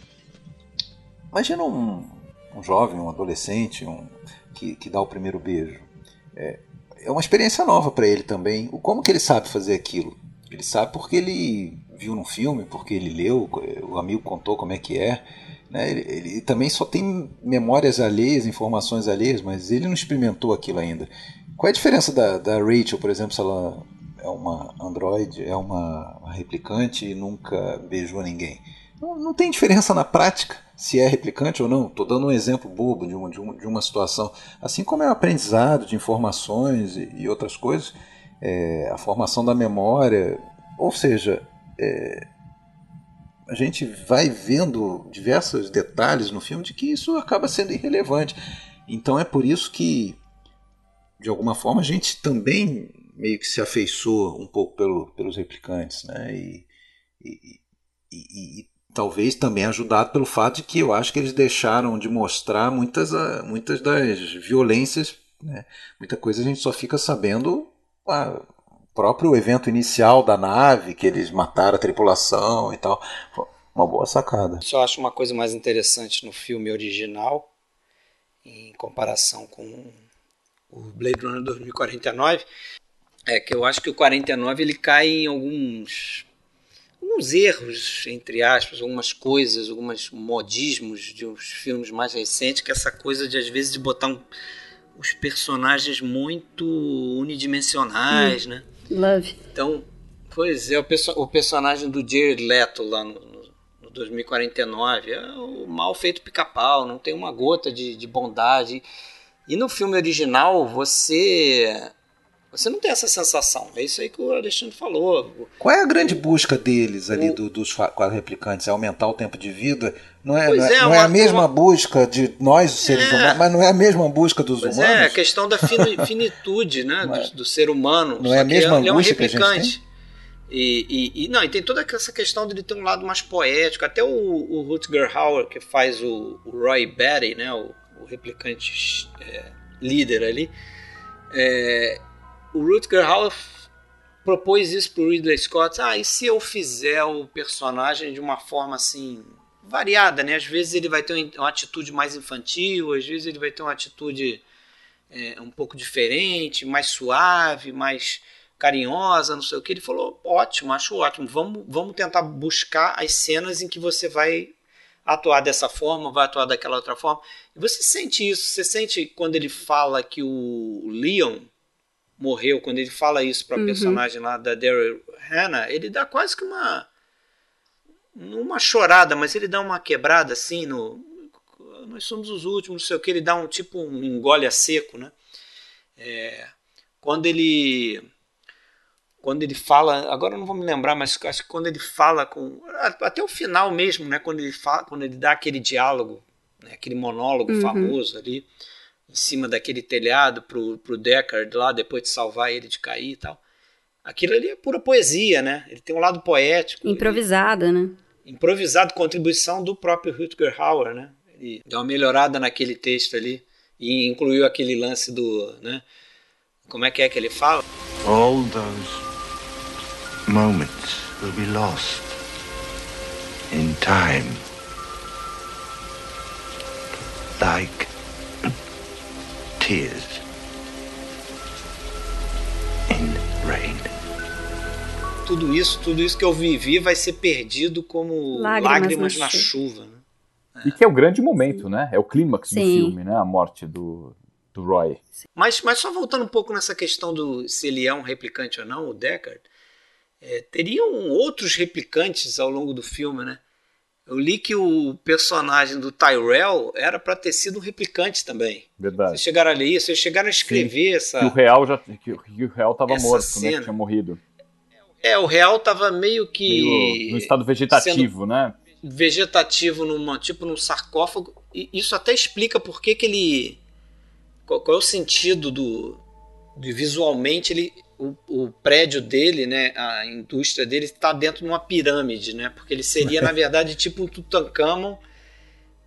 imagina um, um jovem, um adolescente um, que, que dá o primeiro beijo. É, é uma experiência nova para ele também. Como que ele sabe fazer aquilo? Ele sabe porque ele viu num filme, porque ele leu, o amigo contou como é que é. Né? Ele, ele também só tem memórias alheias, informações alheias, mas ele não experimentou aquilo ainda. Qual é a diferença da, da Rachel, por exemplo, se ela é uma androide, é uma, uma replicante e nunca beijou ninguém? Não, não tem diferença na prática se é replicante ou não. Estou dando um exemplo bobo de uma, de, uma, de uma situação. Assim como é o aprendizado de informações e, e outras coisas, é, a formação da memória, ou seja, é, a gente vai vendo diversos detalhes no filme de que isso acaba sendo irrelevante. Então é por isso que, de alguma forma, a gente também meio que se afeiçoa um pouco pelo, pelos replicantes, né? E, e, e, e talvez também ajudado pelo fato de que eu acho que eles deixaram de mostrar muitas, muitas das violências, né? Muita coisa a gente só fica sabendo ah, o próprio evento inicial da nave, que eles mataram a tripulação e tal. Uma boa sacada. Só acho uma coisa mais interessante no filme original, em comparação com o Blade Runner dois mil e quarenta e nove, é que eu acho que o quarenta e nove ele cai em alguns, alguns erros, entre aspas, algumas coisas, alguns modismos de uns filmes mais recentes, que é essa coisa de, às vezes, de botar um, os personagens muito unidimensionais, hum, né? Love. Então, pois é, o, perso- o personagem do Jared Leto lá no, no, no dois mil e quarenta e nove é o mal feito pica-pau, não tem uma gota de, de bondade. E no filme original, você... Você não tem essa sensação. É isso aí que o Alexandre falou. Qual é a grande busca deles ali, o, do, dos quatro replicantes? É aumentar o tempo de vida? Não é, não é, é, não é a mesma uma... busca de nós, os seres é. humanos, mas não é a mesma busca dos pois humanos? É, a questão da finitude, né, do, é. do ser humano. Não é a mesma angústia é um replicante. Que a gente tem? E, e, e, não, e tem toda essa questão de ele ter um lado mais poético. Até o, o Rutger Hauer, que faz o, o Roy Batty, né, o, o replicante é, líder ali, é, o Rutger Hauer propôs isso pro Ridley Scott. Ah, e se eu fizer o personagem de uma forma assim variada, né? Às vezes ele vai ter uma atitude mais infantil, às vezes ele vai ter uma atitude é, um pouco diferente, mais suave, mais carinhosa, não sei o que. Ele falou, ótimo, acho ótimo. Vamos, vamos tentar buscar as cenas em que você vai atuar dessa forma, vai atuar daquela outra forma. E você sente isso, você sente quando ele fala que o Leon morreu, quando ele fala isso para a uhum. personagem lá da Daryl Hannah, ele dá quase que uma uma chorada, mas ele dá uma quebrada assim no nós somos os últimos, não sei o que, ele dá um tipo um engole a seco, né? É, quando ele quando ele fala, agora eu não vou me lembrar, mas acho que quando ele fala com até o final mesmo, né, quando ele fala, quando ele dá aquele diálogo, né, aquele monólogo uhum. famoso ali em cima daquele telhado pro, pro Deckard lá, depois de salvar ele de cair e tal. Aquilo ali é pura poesia, né? Ele tem um lado poético. Improvisada, ele, né? Improvisado, contribuição do próprio Rutger Hauer, né? Ele deu uma melhorada naquele texto ali e incluiu aquele lance do, né? Como é que é que ele fala? All those moments will be lost in time. Like tears in rain. Tudo isso, tudo isso que eu vivi vai ser perdido como lágrimas, lágrimas na chuva. Né? É. E que é o grande momento, né? É o clímax do filme, né? A morte do, do Roy. Mas, mas só voltando um pouco nessa questão do se ele é um replicante ou não, o Deckard, é, teriam outros replicantes ao longo do filme, né? Eu li que o personagem do Tyrell era para ter sido um replicante também. Verdade. Vocês chegaram a ler isso? Vocês chegaram a escrever Sim. essa... Que o Real já que, que o Real estava morto, cena. né? Que tinha morrido. É, o Real estava meio que... Meio no estado vegetativo, né? Vegetativo, numa, tipo num sarcófago. E isso até explica por que que ele... Qual, qual é o sentido do... de visualmente ele... O, o prédio dele, né, a indústria dele está dentro de uma pirâmide, né, porque ele seria, na verdade, tipo um Tutankhamon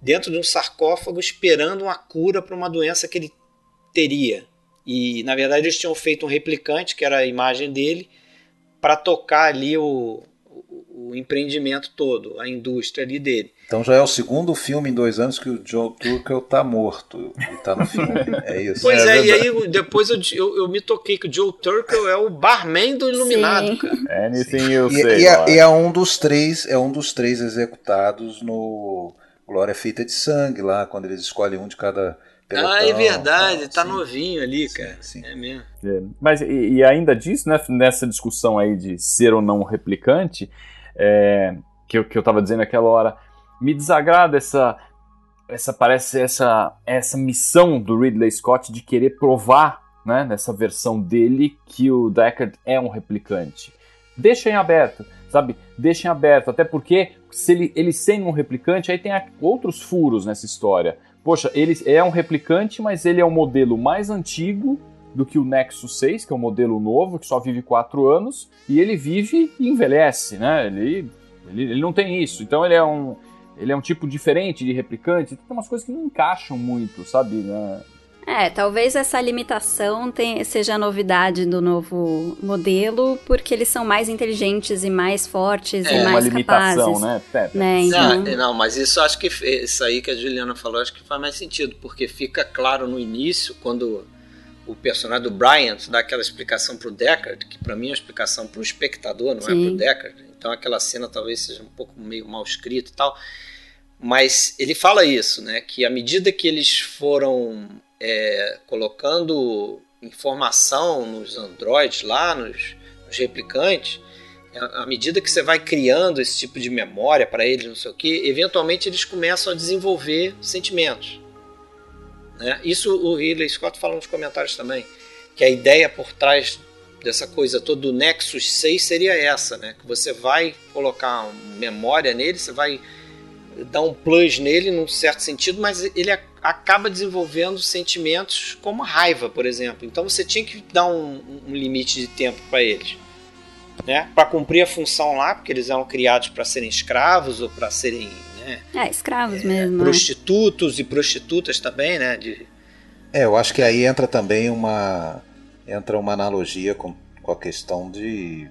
dentro de um sarcófago esperando uma cura para uma doença que ele teria. E, na verdade, eles tinham feito um replicante, que era a imagem dele, para tocar ali o, o, o empreendimento todo, a indústria ali dele. Então já é o segundo filme em dois anos que o Joe Turkel tá morto e tá no filme. É isso. Pois é, é e aí depois eu, eu, eu me toquei que o Joe Turkel é o barman do Iluminado, Sim. cara. Anything you e, say, e, é, e é um dos três, é um dos três executados no Glória Feita de Sangue, lá, quando eles escolhem um de cada pelotão. Ah, é verdade, tá, tá sim. novinho ali, cara. Sim, sim. É mesmo. É, mas e, e ainda disso, né, nessa discussão aí de ser ou não replicante, é, que, eu, que eu tava dizendo naquela hora, me desagrada essa, essa parece essa, essa missão do Ridley Scott de querer provar, né, nessa versão dele, que o Deckard é um replicante. Deixem aberto, sabe? Deixem aberto, até porque se ele, ele sendo um replicante, aí tem outros furos nessa história. Poxa, ele é um replicante, mas ele é um modelo mais antigo do que o Nexus seis, que é um modelo novo, que só vive quatro anos, e ele vive e envelhece, né? Ele, ele, ele não tem isso, então ele é um... Ele é um tipo diferente de replicante, tem umas coisas que não encaixam muito, sabe? Né? É, talvez essa limitação tenha, seja a novidade do novo modelo, porque eles são mais inteligentes e mais fortes É, e uma mais limitação, capazes. né? É, né? Então... Não, não, mas isso acho que isso aí que a Juliana falou, acho que faz mais sentido, porque fica claro no início, quando o personagem do Bryant dá aquela explicação pro Deckard, que pra mim é uma explicação pro espectador, não Sim. é pro Deckard. Então aquela cena talvez seja um pouco meio mal escrita e tal. Mas ele fala isso, né? Que à medida que eles foram é, colocando informação nos androides lá, nos, nos replicantes, à medida que você vai criando esse tipo de memória para eles, não sei o que, eventualmente eles começam a desenvolver sentimentos. Né? Isso o Ridley Scott fala nos comentários também, que a ideia por trás dessa coisa toda do Nexus seis seria essa, né? Que você vai colocar uma memória nele, você vai dar um plus nele num certo sentido, mas ele acaba desenvolvendo sentimentos como raiva, por exemplo. Então você tinha que dar um, um limite de tempo para eles, né? Para cumprir a função lá, porque eles eram criados para serem escravos ou para serem, né, é, escravos é, mesmo. prostitutos e prostitutas também, né? De... É, eu acho que aí entra também uma entra uma analogia com, com a questão de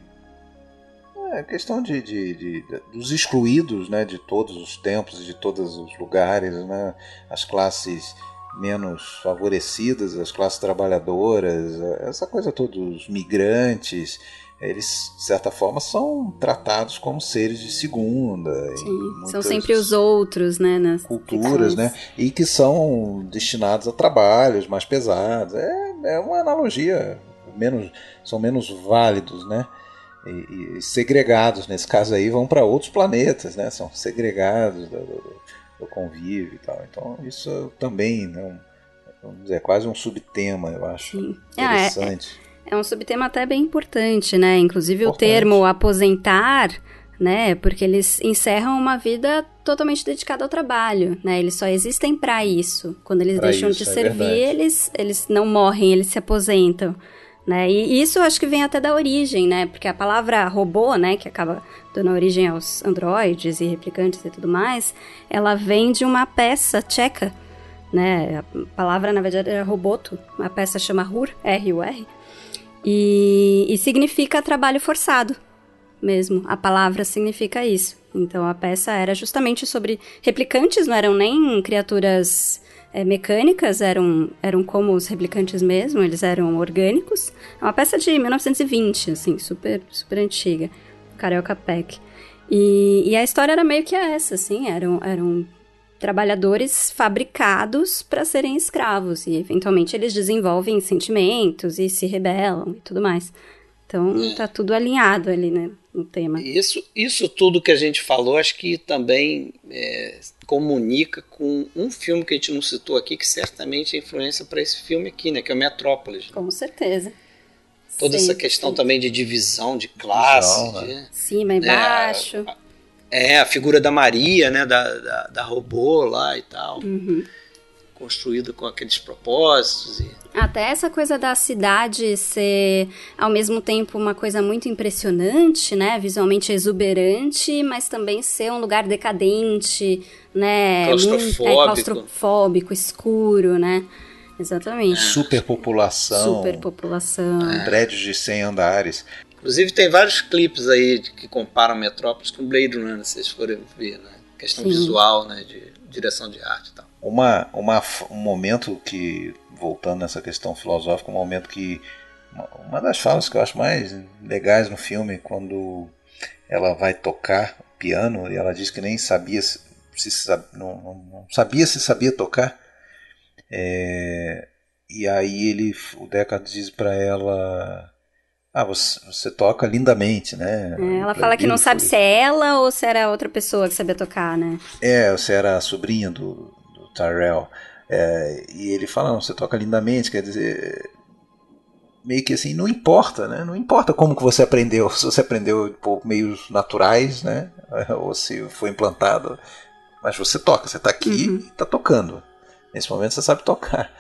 é, a questão de, de, de, de dos excluídos, né, de todos os tempos e de todos os lugares, né, as classes menos favorecidas, as classes trabalhadoras, essa coisa toda, os migrantes, eles, de certa forma, são tratados como seres de segunda. Sim, são sempre os outros, né? Nas culturas, né? E que são destinados a trabalhos mais pesados. É, é uma analogia, menos, são menos válidos, né? E, e segregados, nesse caso aí, vão para outros planetas, né? São segregados do, do, do convívio e tal. Então, isso também, né, vamos dizer, é quase um subtema, eu acho. Sim. Interessante. Ah, é, é... É um subtema até bem importante, né? Inclusive importante. O termo aposentar, né? Porque eles encerram uma vida totalmente dedicada ao trabalho, né? Eles só existem para isso. Quando eles pra deixam isso, de é servir, eles, eles não morrem, eles se aposentam, né? E isso eu acho que vem até da origem, né? Porque a palavra robô, né? Que acaba dando origem aos androides e replicantes e tudo mais, ela vem de uma peça tcheca, né? A palavra, na verdade, é roboto. A peça chama R U R, R U R. E, e significa trabalho forçado mesmo, a palavra significa isso. Então a peça era justamente sobre replicantes, não eram nem criaturas é, mecânicas, eram, eram como os replicantes mesmo, eles eram orgânicos. É uma peça de mil novecentos e vinte, assim, super, super antiga, Carioca Peck. E, e a história era meio que essa, assim, eram... eram trabalhadores fabricados para serem escravos, e eventualmente eles desenvolvem sentimentos e se rebelam e tudo mais. Então é. Tá tudo alinhado ali, né, no tema. Isso, isso tudo que a gente falou, acho que também é, comunica com um filme que a gente não citou aqui, que certamente é influência para esse filme aqui, né, que é o Metrópolis. Com certeza. Toda sim, essa questão sim. também de divisão de classe. Divisão, de, né? Cima e né, baixo. A, É, a figura da Maria, né, da, da, da robô lá e tal. Uhum. construída com aqueles propósitos. E... Até essa coisa da cidade ser, ao mesmo tempo, uma coisa muito impressionante, né? Visualmente exuberante, mas também ser um lugar decadente, né? Claustrofóbico. Muito, é, claustrofóbico, escuro, né? Exatamente. Superpopulação. Superpopulação. É. Prédios de cem andares. Inclusive tem vários clipes aí que comparam Metrópolis com Blade Runner, se vocês forem ver, né? Questão Sim. visual, né? De direção de arte e tal. Uma, uma, um momento que, voltando nessa questão filosófica, um momento que, uma, uma das falas que eu acho mais legais no filme, quando ela vai tocar piano e ela diz que nem sabia se, se não, não sabia se sabia tocar, é, e aí ele, o Deckard diz para ela, ah, você, você toca lindamente, né? É, ela fala que não sabe se é ela ou se era outra pessoa que sabia tocar, né? É, você era a sobrinha do, do Tyrell. É, e ele fala, não, você toca lindamente, quer dizer, meio que assim, não importa, né? Não importa como que você aprendeu, se você aprendeu por meios naturais, né? Ou se foi implantado, mas você toca, você está aqui uhum. e está tocando. Nesse momento você sabe tocar.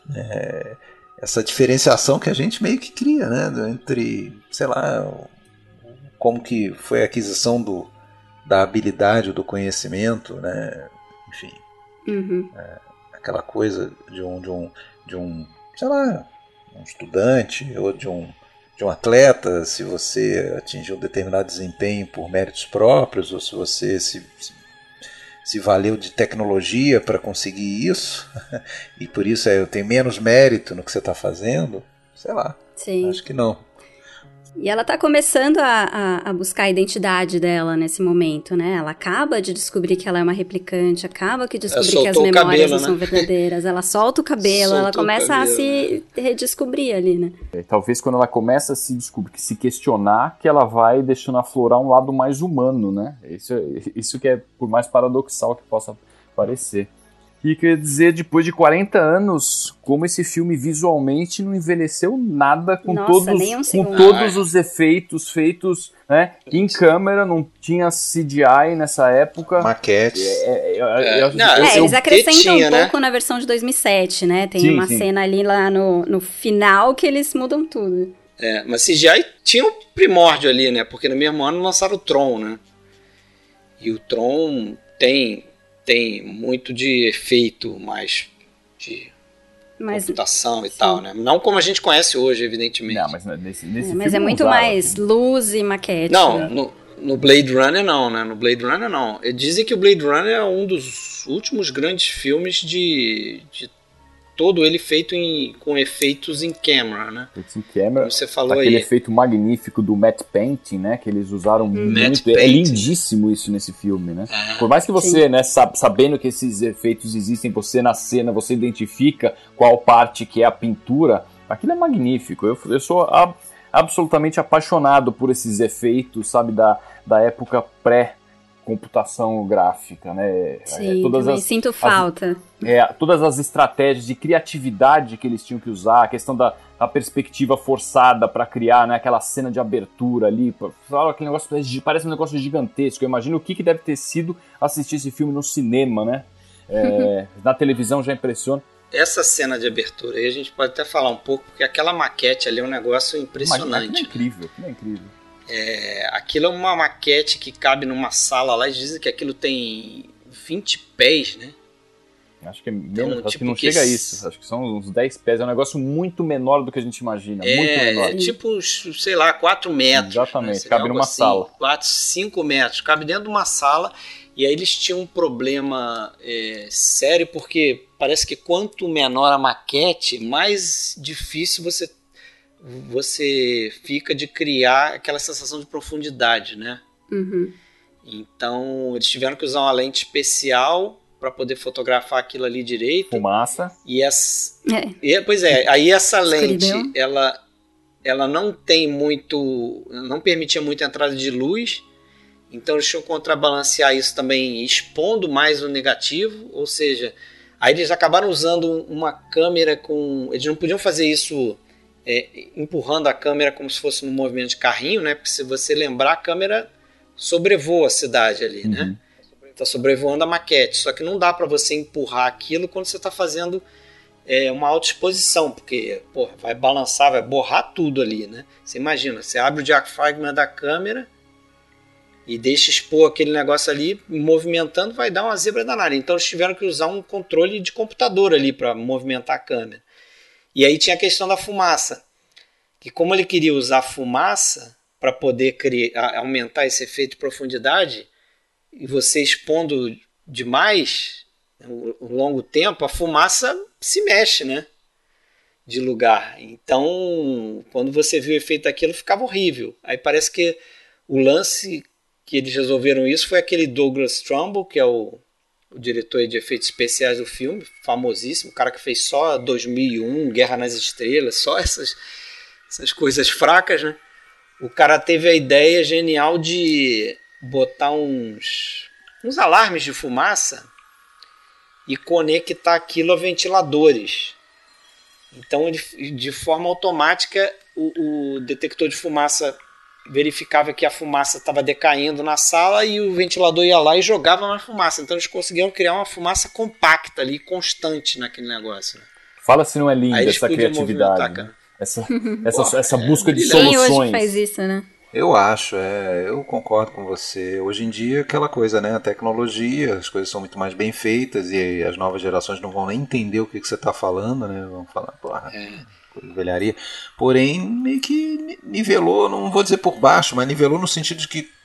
É, essa diferenciação que a gente meio que cria, né? Entre, sei lá, como que foi a aquisição do, da habilidade, do conhecimento, né? Enfim, uhum. é, aquela coisa de um, de um, de um, sei lá, um estudante ou de um, de um atleta, se você atingiu um determinado desempenho por méritos próprios ou se você se, se, se valeu de tecnologia para conseguir isso e por isso é, eu tenho menos mérito no que você está fazendo, sei lá, Sim. acho que não. E ela tá começando a, a, a buscar a identidade dela nesse momento, né? Ela acaba de descobrir que ela é uma replicante, acaba de descobrir que as memórias cabelo, não né? são verdadeiras. Ela solta o cabelo, Soltou ela começa cabelo, a se né? redescobrir ali, né? É, talvez quando ela começa a se descobrir, se questionar, que ela vai deixando aflorar um lado mais humano, né? Isso, isso que é, por mais paradoxal que possa parecer. E quer dizer, depois de quarenta anos, como esse filme visualmente não envelheceu nada com Nossa, todos, nem um com segundo. todos os efeitos feitos, né, em câmera, não tinha C G I nessa época. Maquete. É, é, É. eu, Não, eu, é, eles acrescentam tinha, um né? pouco na versão de dois mil e sete, né? Tem Sim, uma sim. cena ali lá no, no final que eles mudam tudo. É, mas C G I tinha um primórdio ali, né? Porque no mesmo ano lançaram o Tron, né? E o Tron tem... tem muito de efeito mais de Mas, computação e sim. tal, né? Não como a gente conhece hoje, evidentemente. Não, mas nesse, nesse É, mas filme é muito não usava, mais assim. luz e maquete. Não, né? no, no Blade Runner não, né? No Blade Runner não. Dizem que o Blade Runner é um dos últimos grandes filmes de, de todo ele feito em, com efeitos em camera, né? Efeitos em camera, Como você falou aquele aí. efeito magnífico do matte painting, né, que eles usaram Matte muito, é painting. lindíssimo isso nesse filme, né? É. Por mais que você, Sim. né, sab- sabendo que esses efeitos existem, você na cena, você identifica qual parte que é a pintura, aquilo é magnífico. Eu, eu sou ab- absolutamente apaixonado por esses efeitos, sabe, da, da época pré computação gráfica, né? Sim, É, todas também as, sinto as- falta. É, todas as estratégias de criatividade que eles tinham que usar, a questão da, da perspectiva forçada para criar, né, aquela cena de abertura ali, pô, fala aquele negócio, parece um negócio gigantesco. Eu imagino o que, que deve ter sido assistir esse filme no cinema, né? É, na televisão já impressiona. Essa cena de abertura aí a gente pode até falar um pouco, porque aquela maquete ali é um negócio impressionante. Aquilo é incrível, aquilo é incrível. É, aquilo é uma maquete que cabe numa sala lá, eles dizem que aquilo tem vinte pés, né? Acho que, é menos, Então, acho tipo que não que chega a esse- isso. Acho que são uns dez pés. É um negócio muito menor do que a gente imagina. É, muito menor. é tipo, uns, sei lá, quatro metros. Exatamente, né? Seria cabe algo numa sala. quatro, cinco metros, cabe dentro de uma sala. E aí eles tinham um problema é, sério, porque parece que quanto menor a maquete, mais difícil você, você fica de criar aquela sensação de profundidade, né? Uhum. Então eles tiveram que usar uma lente especial para poder fotografar aquilo ali direito. Fumaça. E essa, É. e, pois é, aí essa lente, Escuridão. ela, ela não tem muito, não permitia muita entrada de luz, então eles tinham que contrabalancear isso também expondo mais o negativo, ou seja, aí eles acabaram usando uma câmera com, eles não podiam fazer isso é, empurrando a câmera como se fosse um movimento de carrinho, né? Porque se você lembrar, a câmera sobrevoa a cidade ali, Uhum. né? tá sobrevoando a maquete. Só que não dá para você empurrar aquilo quando você está fazendo é, uma alta exposição, porque porra, vai balançar, vai borrar tudo ali, né? Você imagina, você abre o diafragma da câmera e deixa expor aquele negócio ali, movimentando, vai dar uma zebra danada. Então eles tiveram que usar um controle de computador ali para movimentar a câmera. E aí tinha a questão da fumaça, que como ele queria usar fumaça para poder criar, aumentar esse efeito de profundidade, e você expondo demais, um longo tempo, a fumaça se mexe, né? De lugar. Então, quando você viu o efeito daquilo, ficava horrível. Aí parece que o lance que eles resolveram isso foi aquele Douglas Trumbull, que é o, o diretor de efeitos especiais do filme, famosíssimo, o cara que fez só dois mil e um, Guerra nas Estrelas, só essas, essas coisas fracas, né? O cara teve a ideia genial de botar uns, uns alarmes de fumaça e conectar aquilo a ventiladores. Então, ele, de forma automática, o, o detector de fumaça verificava que a fumaça estava decaindo na sala e o ventilador ia lá e jogava mais fumaça. Então eles conseguiram criar uma fumaça compacta ali, constante naquele negócio. Né? Fala se não é linda essa criatividade, né? essa, essa, Pô, essa busca é, de Quem soluções. hoje faz isso, né? Eu acho, é, eu concordo com você. Hoje em dia, aquela coisa, né? A tecnologia, as coisas são muito mais bem feitas e as novas gerações não vão nem entender o que, que você está falando, né? Vão falar, porra, é. velharia. Porém, meio que nivelou, não vou dizer por baixo, mas nivelou no sentido de que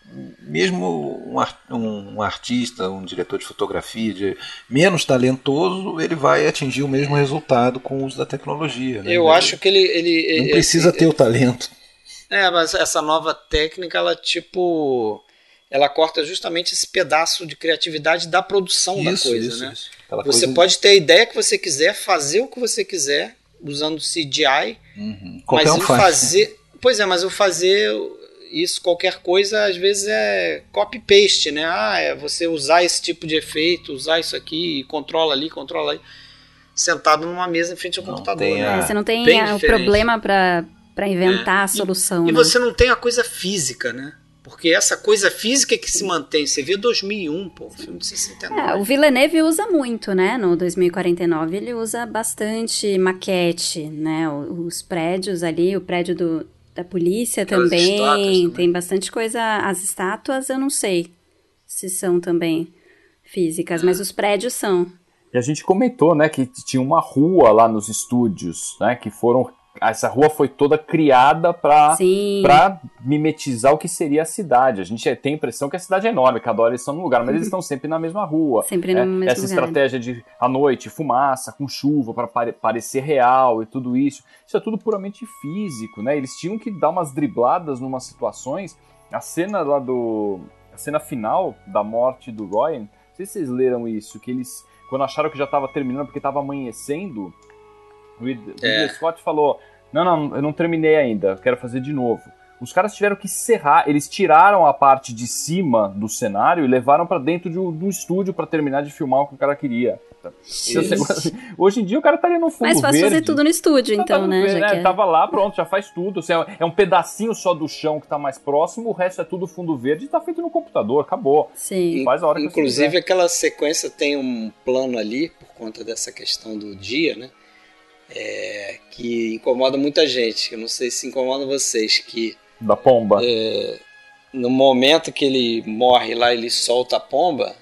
mesmo um, art, um, um artista, um diretor de fotografia de, menos talentoso, ele vai atingir o mesmo resultado com o uso da tecnologia. Né? Eu ele, acho que ele... ele não precisa esse, ter o talento. É, mas essa nova técnica, ela tipo... ela corta justamente esse pedaço de criatividade da produção isso, da coisa, isso, né? Isso. Você coisa... pode ter a ideia que você quiser, fazer o que você quiser, usando C G I, uhum. mas um o fazer... Pois é, mas o fazer isso, qualquer coisa, às vezes é copy-paste, né? Ah, é você usar esse tipo de efeito, usar isso aqui, e controla ali, controla aí, sentado numa mesa em frente ao não computador. Tem né? a... Você não tem a, o problema para para inventar é. a solução. E, né? e você não tem a coisa física, né? Porque essa coisa física que se mantém. Você vê dois mil e um, pô, filme de sessenta e nove. É, o Villeneuve usa muito, né? No dois mil e quarenta e nove ele usa bastante maquete, né? Os prédios ali, o prédio do, da polícia Aquelas também, também, tem bastante coisa. As estátuas eu não sei se são também físicas, mas os prédios são. E a gente comentou, né, que tinha uma rua lá nos estúdios, né, que foram... Essa rua foi toda criada para mimetizar o que seria a cidade. A gente tem a impressão que a cidade é enorme, cada hora eles estão num lugar, mas eles estão sempre na mesma rua. Sempre no é, mesmo Essa lugar. estratégia de, à noite, fumaça, com chuva, para pare- parecer real e tudo isso. Isso é tudo puramente físico, né? Eles tinham que dar umas dribladas em umas situações. A cena lá do... A cena final da morte do Ryan, não sei se vocês leram isso, que eles, quando acharam que já estava terminando, porque estava amanhecendo... O Ridley é. Scott falou, não, não, eu não terminei ainda, eu quero fazer de novo. Os caras tiveram que serrar, eles tiraram a parte de cima do cenário e levaram pra dentro de um, de um estúdio pra terminar de filmar o que o cara queria. Hoje em dia o cara estaria no fundo verde. Mas faz verde. fazer tudo no estúdio, então, tá né? Verde, já né? que é... Tava lá, pronto, já faz tudo. É um pedacinho só do chão que tá mais próximo, o resto é tudo fundo verde e tá feito no computador, acabou. Sim. Faz a hora que Inclusive aquela sequência tem um plano ali, por conta dessa questão do dia, né? É, que incomoda muita gente, eu não sei se incomoda vocês, que da pomba é, no momento que ele morre lá, ele solta a pomba,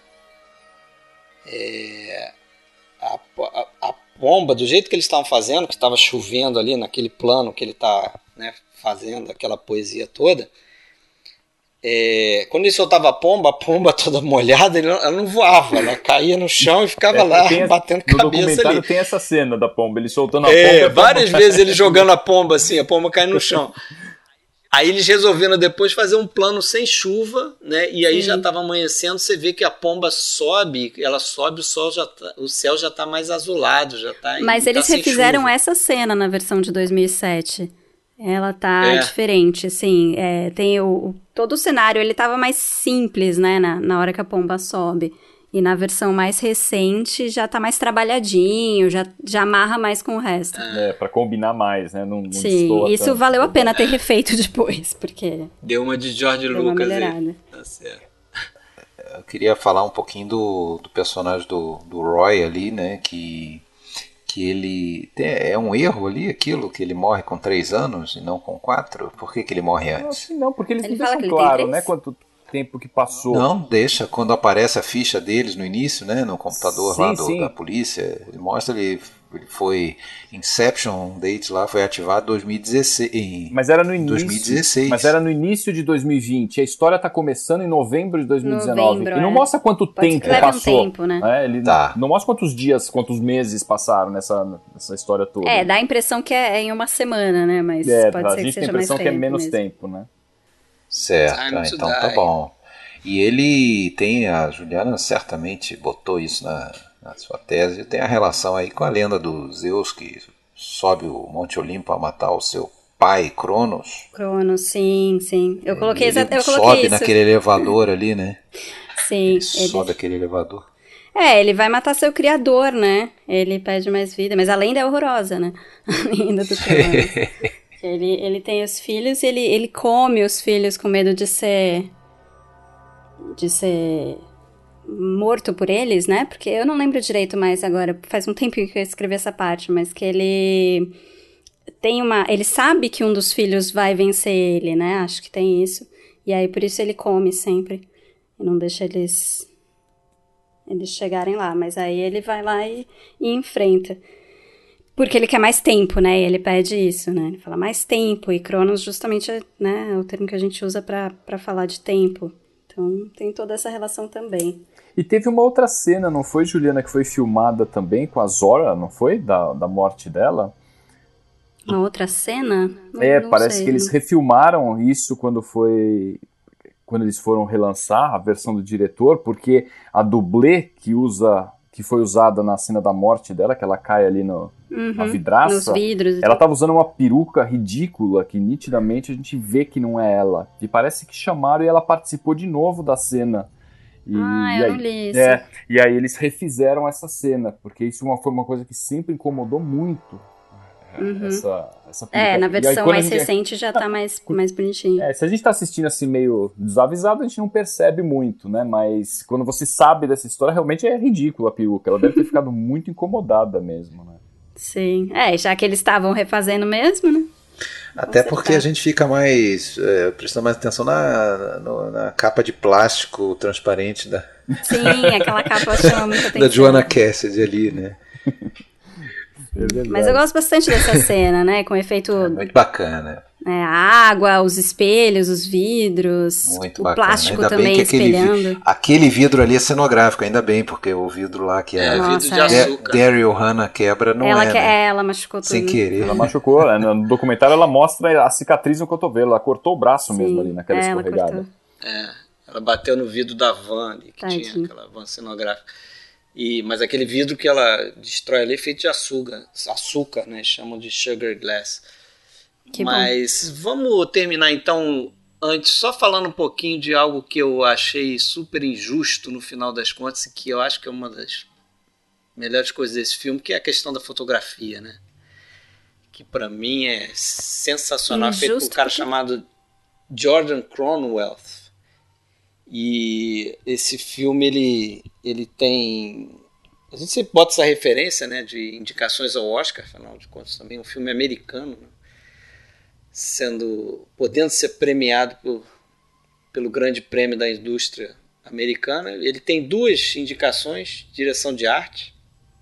é, a, a, a pomba, do jeito que eles estavam fazendo, que estava chovendo ali naquele plano que ele está, né, fazendo aquela poesia toda, é, quando ele soltava a pomba, a pomba toda molhada, ele não, ela não voava, ela caía no chão e ficava é, lá essa, batendo cabeça ali. No documentário tem essa cena da pomba, ele soltando a é, pomba. Várias vezes ele jogando a pomba assim, a pomba caindo no chão. Aí eles resolveram depois fazer um plano sem chuva, né? E aí Sim. já estava amanhecendo, você vê que a pomba sobe, ela sobe, o, sol já tá, o céu já está mais azulado, já tá. Mas eles tá refizeram essa cena na versão de dois mil e sete. Ela tá é. diferente, assim, é, tem o, o, todo o cenário, ele tava mais simples, né, na, na hora que a pomba sobe, e na versão mais recente já tá mais trabalhadinho, já, já amarra mais com o resto. É, pra combinar mais, né, não, não Sim, isso tanto. Valeu a pena ter refeito depois, porque... Deu uma de George deu Lucas uma melhorada. Tá certo. eu queria falar um pouquinho do, do personagem do, do Roy ali, né? Que, que ele tem, é um erro ali aquilo, que ele morre com três anos e não com quatro. Por que, que ele morre antes? Não, assim, não, porque eles Ele não fala deixam que ele tem claro, três? né, quanto tempo que passou. Não, deixa. Quando aparece a ficha deles no início, né? No computador Sim, lá do, sim. da polícia, ele mostra ele, ele foi Inception date lá, foi ativado em dois mil e dezesseis. Em Mas era no início. dois mil e dezesseis. Mas era no início de dois mil e vinte. A história tá começando em novembro de dois mil e dezenove. Novembro, e não é. mostra quanto Pode tempo que leve um passou. tempo, né? É, ele Tá. não mostra quantos dias, quantos meses passaram nessa, nessa história toda. É, dá a impressão que é em uma semana, né? Mas É, pode a ser que gente tem a seja mais impressão tempo que é menos mesmo. tempo, né? Certo, Time ah, to então tá die. bom. E ele tem, a Juliana certamente botou isso na, na sua tese, tem a relação aí com a lenda do Zeus que sobe o Monte Olimpo a matar o seu pai, Cronos. Cronos, sim, sim. Eu coloquei, Ele exa- eu coloquei sobe isso. naquele elevador ali, né? Sim, Ele sobe aquele elevador. É, ele vai matar seu criador, né? Ele pede mais vida, mas a lenda é horrorosa, né? A lenda do Cronos. ele, ele tem os filhos e ele, ele come os filhos com medo de ser... de ser morto por eles, né? Porque eu não lembro direito mais agora, faz um tempinho que eu escrevi essa parte, mas que ele tem uma... ele sabe que um dos filhos vai vencer ele, né? Acho que tem isso. E aí, por isso ele come sempre. E não deixa eles... eles chegarem lá, mas aí ele vai lá e, e enfrenta. Porque ele quer mais tempo, né? E ele pede isso, né? Ele fala mais tempo, e Cronos justamente é, né, é o termo que a gente usa pra, pra falar de tempo. Então tem toda essa relação também. E teve uma outra cena, não foi, Juliana, que foi filmada também com a Zora, não foi? Da, da morte dela? Uma outra cena? Não, É, não parece sei, que eles não- refilmaram isso quando foi... quando eles foram relançar a versão do diretor, porque a dublê que usa... que foi usada na cena da morte dela, que ela cai ali no, Uhum, na vidraça, nos vidros e ela tudo. tava usando uma peruca ridícula, que nitidamente a gente vê que não é ela. E parece que chamaram e ela participou de novo da cena. E, Ah, e eu aí, não li isso. É, e aí eles refizeram essa cena, porque isso uma- foi uma coisa que sempre incomodou muito. Uhum. Essa, essa peruca. É, na E aí, versão quando a mais gente- recente já tá mais, mais bonitinho. É, se a gente tá assistindo assim meio desavisado, a gente não percebe muito, né? Mas quando você sabe dessa história, realmente é ridícula a peruca. Ela deve ter ficado muito incomodada mesmo, né? Sim. É, já que eles estavam refazendo mesmo, né? Até Com porque certeza. a gente fica mais é, prestando mais atenção na, no- na capa de plástico transparente da, Sim, aquela capa chama muita atenção. da Joanna Cassidy ali, né? É verdade. Mas eu gosto bastante dessa cena, né? Com efeito Muito bacana. é, a água, os espelhos, os vidros, Muito o bacana. plástico Ainda também bem que aquele, vi- espelhando. aquele vidro ali é cenográfico, ainda bem, porque o vidro lá que É, a Nossa, vidro de é. Da- açúcar. Daryl Hannah quebra não ela, é, que, né? é, ela machucou tudo. Sem querer. Ela machucou, né? No documentário ela mostra a cicatriz no cotovelo, ela cortou o braço Sim, mesmo ali naquela é, ela escorregada. cortou. É, ela bateu no vidro da van ali, que Tadinho. tinha aquela van cenográfica. E, mas aquele vidro que ela destrói ali é feito de açúcar, açúcar, né? Chamam de sugar glass. Que bom. mas vamos terminar então, antes, só falando um pouquinho de algo que eu achei super injusto no final das contas, e que eu acho que é uma das melhores coisas desse filme, que é a questão da fotografia, né? Que pra mim é sensacional, feito por um Injusto cara porque- chamado Jordan Cronenweth. E esse filme, ele, ele tem... A gente sempre bota essa referência, né, de indicações ao Oscar, afinal de contas, também é um filme americano, né, sendo, podendo ser premiado por, pelo grande prêmio da indústria americana. Ele tem duas indicações, direção de arte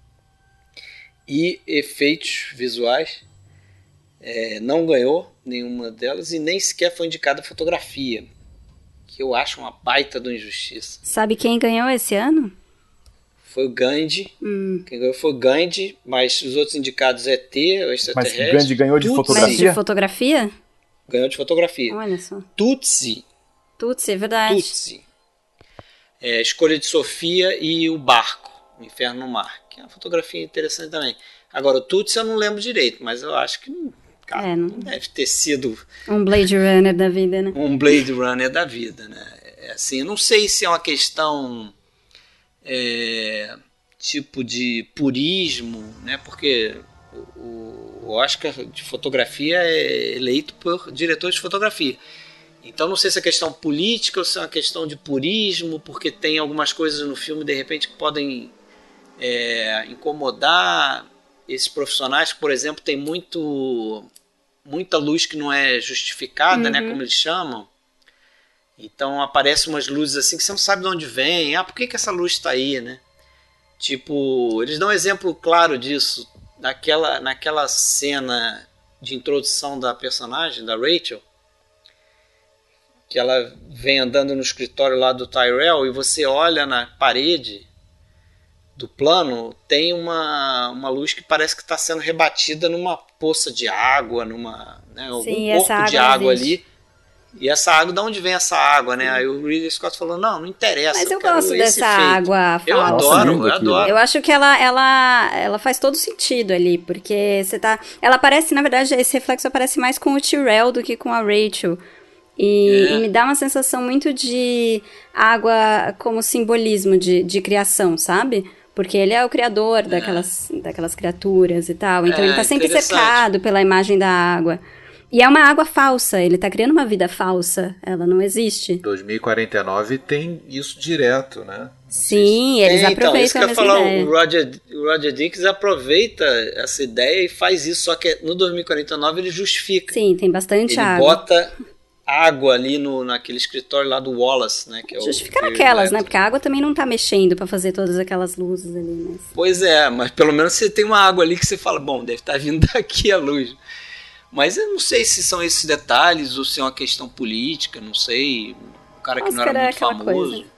e efeitos visuais. É, não ganhou nenhuma delas e nem sequer foi indicada a fotografia, que eu acho uma baita de uma injustiça. Sabe quem ganhou esse ano? Foi o Gandhi, Hum. quem ganhou foi o Gandhi, mas os outros indicados é T, o Mas extraterrestre. Gandhi ganhou de Tutsi. Mas fotografia? de fotografia? Ganhou de fotografia. Olha só. Tutsi, Tutsi, é verdade. Tutsi. É, Escolha de Sofia e O Barco, O Inferno no Mar, que é uma fotografia interessante também. Agora, o Tutsi eu não lembro direito, mas eu acho que não, cara, É, não- não deve ter sido Um Blade Runner da vida, né? um Blade Runner da vida, né? É assim, eu não sei se é uma questão é, tipo de purismo, né? Porque o, o Oscar de fotografia é eleito por diretores de fotografia. Então não sei se é questão política ou se é uma questão de purismo, porque tem algumas coisas no filme de repente que podem é, incomodar esses profissionais. Por exemplo, tem muito, muita luz que não é justificada, uhum. né, como eles chamam. Então aparecem umas luzes assim que você não sabe de onde vem. Ah, por que, que essa luz está aí, né? Tipo, eles dão um exemplo claro disso naquela, naquela cena de introdução da personagem, da Rachel, que ela vem andando no escritório lá do Tyrell e você olha na parede do plano, tem uma, uma luz que parece que está sendo rebatida numa poça de água, numa, né, algum Sim, corpo de água ali. E essa água, de onde vem essa água, né? Aí o Ridley Scott falou, não, não interessa. Mas eu, eu gosto dessa água. Eu adoro, eu adoro. Eu acho que ela, ela, ela faz todo sentido ali, porque você tá... Ela aparece, na verdade, esse reflexo aparece mais com o Tyrell do que com a Rachel. E, é. e me dá uma sensação muito de água como simbolismo de, de criação, sabe? Porque ele é o criador é. daquelas, daquelas criaturas e tal. Então é, ele tá sempre cercado pela imagem da água. E é uma água falsa, ele tá criando uma vida falsa, ela não existe. dois mil e quarenta e nove tem isso direto, né? Sim, se... eles é, aproveitam então, isso que a eu mesma falar, ideia. O Roger, o Roger Dickens aproveita essa ideia e faz isso, só que no dois mil e quarenta e nove ele justifica. Sim, tem bastante ele água. Ele bota água ali no, naquele escritório lá do Wallace, né? Que é Justifica o naquelas, né? Porque a água também não tá mexendo pra fazer todas aquelas luzes ali. Mas... Pois é, mas pelo menos você tem uma água ali que você fala, bom, deve estar vindo daqui a luz. Mas eu não sei se são esses detalhes ou se é uma questão política, não sei. O cara que não era muito famoso. Coisa.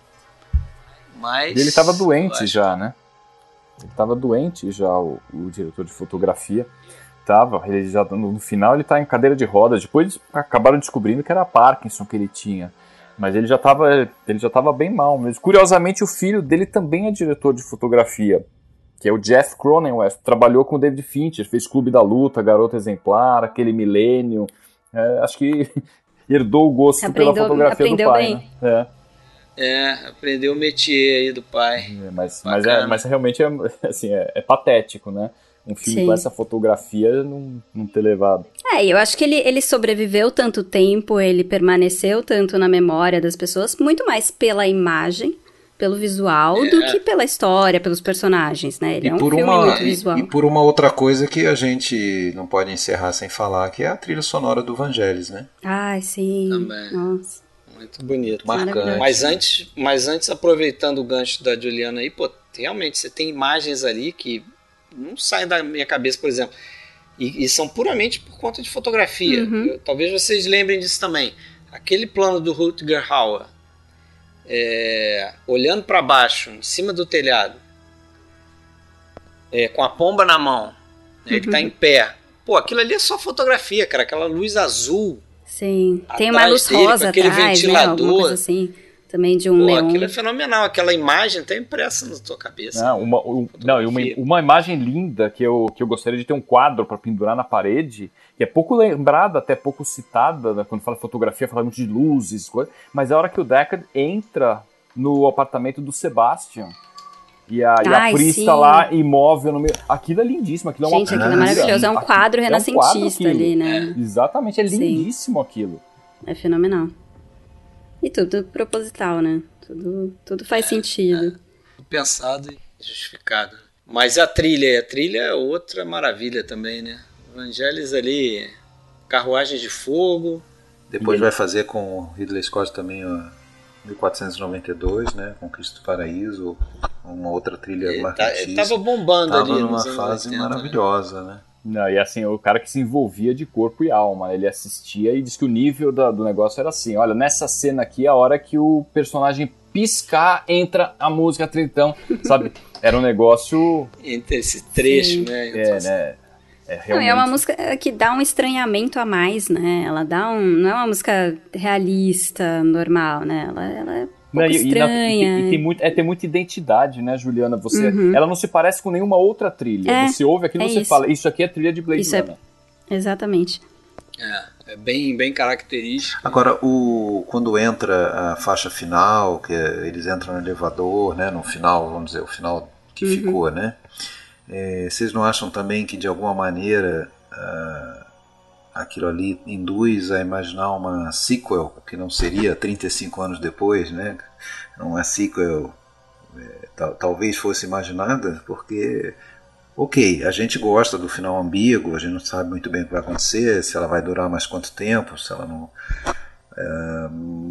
Mas... Ele estava doente já, né? Ele estava doente já, o, o diretor de fotografia. Tava, ele já, no, no final ele tá em cadeira de rodas. Depois eles acabaram descobrindo que era Parkinson que ele tinha. Mas ele já estava ele já tava bem mal mesmo. Curiosamente, o filho dele também é diretor de fotografia, que é o Jeff Cronenweth, trabalhou com o David Fincher, fez Clube da Luta, Garota Exemplar, aquele Milênio. É, acho que herdou o gosto aprendeu, pela fotografia do pai. Bem. Né? É. é, aprendeu o métier aí do pai. É, mas, mas, é, mas realmente é, assim, é, é patético, né? Um filme Sim. com essa fotografia não, não ter levado. É, eu acho que ele, ele sobreviveu tanto tempo, ele permaneceu tanto na memória das pessoas, muito mais pela imagem, pelo visual, é. do que pela história, pelos personagens, né? Ele e é um filme uma, muito visual. E, e por uma outra coisa que a gente não pode encerrar sem falar, que é a trilha sonora do Vangelis, né? Ai, sim. Também. Nossa. Muito bonito. Marcante. Mas antes, mas antes, aproveitando o gancho da Juliana aí, pô, realmente, você tem imagens ali que não saem da minha cabeça, por exemplo. E, e são puramente por conta de fotografia. Uhum. Eu, talvez vocês lembrem disso também. Aquele plano do Rutger Hauer, É, olhando para baixo, em cima do telhado, é, com a pomba na mão, né, ele uhum. tá em pé. Pô, aquilo ali é só fotografia, cara. Aquela luz azul. Sim, tem uma luz dele, rosa aquele atrás, ventilador. né, alguma coisa assim, também de um Pô, neon. aquilo é fenomenal. Aquela imagem tá impressa na tua cabeça. Não, uma, um, não uma, uma imagem linda que eu, que eu gostaria de ter um quadro para pendurar na parede, que é pouco lembrada, até pouco citada, né, quando fala fotografia, fala muito de luzes, coisa, mas é a hora que o Deckard entra no apartamento do Sebastian e a, e a Pris tá lá imóvel no meio. Aquilo é lindíssimo, aquilo Gente, é uma aquilo é maravilhoso, é um quadro renascentista é um quadro ali, né? É. Exatamente, é lindíssimo Sim. aquilo. É fenomenal. E tudo proposital, né? Tudo, tudo faz é, sentido. É. Pensado e justificado. Mas a trilha, a trilha é outra maravilha também, né? Vangelis ali, Carruagens de Fogo. Depois e vai fazer com o Ridley Scott também o mil quatrocentos e noventa e dois, né? Conquista do Paraíso, uma outra trilha ele marcantíssima. Ele tava bombando tava ali. Numa fase oitenta, maravilhosa, né? né? Não, e assim, o cara que se envolvia de corpo e alma, ele assistia e diz que o nível da, do negócio era assim, olha, nessa cena aqui, a hora que o personagem piscar, entra a música tritão, sabe? Era um negócio... Entre esse trecho, Sim. né? É, então, né? É, realmente... Não, é uma música que dá um estranhamento a mais, né? Ela dá um... Não é uma música realista, normal, né? Ela, ela é um pouco não, e, estranha. E, e tem, muito, é, tem muita identidade, né, Juliana? Você, uhum. Ela não se parece com nenhuma outra trilha. É, você ouve aquilo e é você isso. fala, isso aqui é trilha de Blade isso Runner. É... Exatamente. É, é bem, bem característico. Agora, o, quando entra a faixa final, que é, eles entram no elevador, né, no final, vamos dizer, o final que uhum. ficou, né? É, vocês não acham também que, de alguma maneira, uh, aquilo ali induz a imaginar uma sequel, que não seria trinta e cinco anos depois, né? Uma sequel é, tal, talvez fosse imaginada, porque, ok, a gente gosta do final ambíguo, a gente não sabe muito bem o que vai acontecer, se ela vai durar mais quanto tempo, se ela não... É,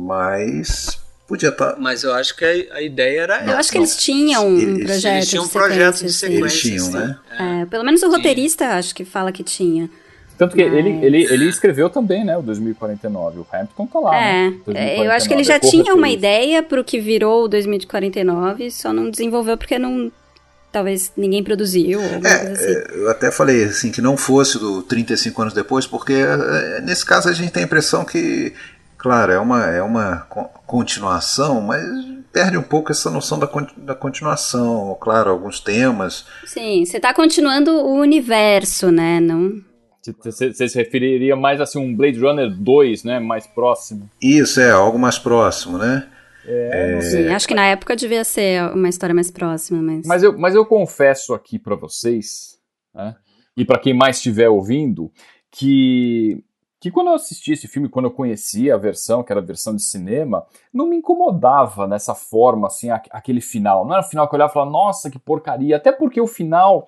mas... Podia estar. Mas eu acho que a, a ideia era. Eu acho que eles tinham um eles, projeto. Eles tinham um de projeto de sequência. Eles tinham, né? É, pelo menos o roteirista Sim. acho que fala que tinha. Tanto que Mas... ele, ele, ele escreveu também, né, o dois mil e quarenta e nove. O Hampton tá lá, é, né? Eu acho que ele já tinha uma ideia pro que virou o dois mil e quarenta e nove, só não desenvolveu porque não. Talvez ninguém produziu. Ou alguma é, coisa assim. Eu até falei assim que não fosse do trinta e cinco anos depois, porque nesse caso a gente tem a impressão que. Claro, é uma, é uma continuação, mas perde um pouco essa noção da, da continuação. Claro, alguns temas. Sim, você está continuando o universo, né? Não... Você, você se referiria mais assim um Blade Runner dois, né? Mais próximo. Isso, é, algo mais próximo, né? É, é... Sim, acho que na época devia ser uma história mais próxima. Mas, mas, eu, mas eu confesso aqui para vocês, né? E para quem mais estiver ouvindo, que... que quando eu assisti esse filme, quando eu conhecia a versão, que era a versão de cinema, não me incomodava nessa forma, assim, aquele final. Não era o final que eu olhava e falava, nossa, que porcaria. Até porque o final,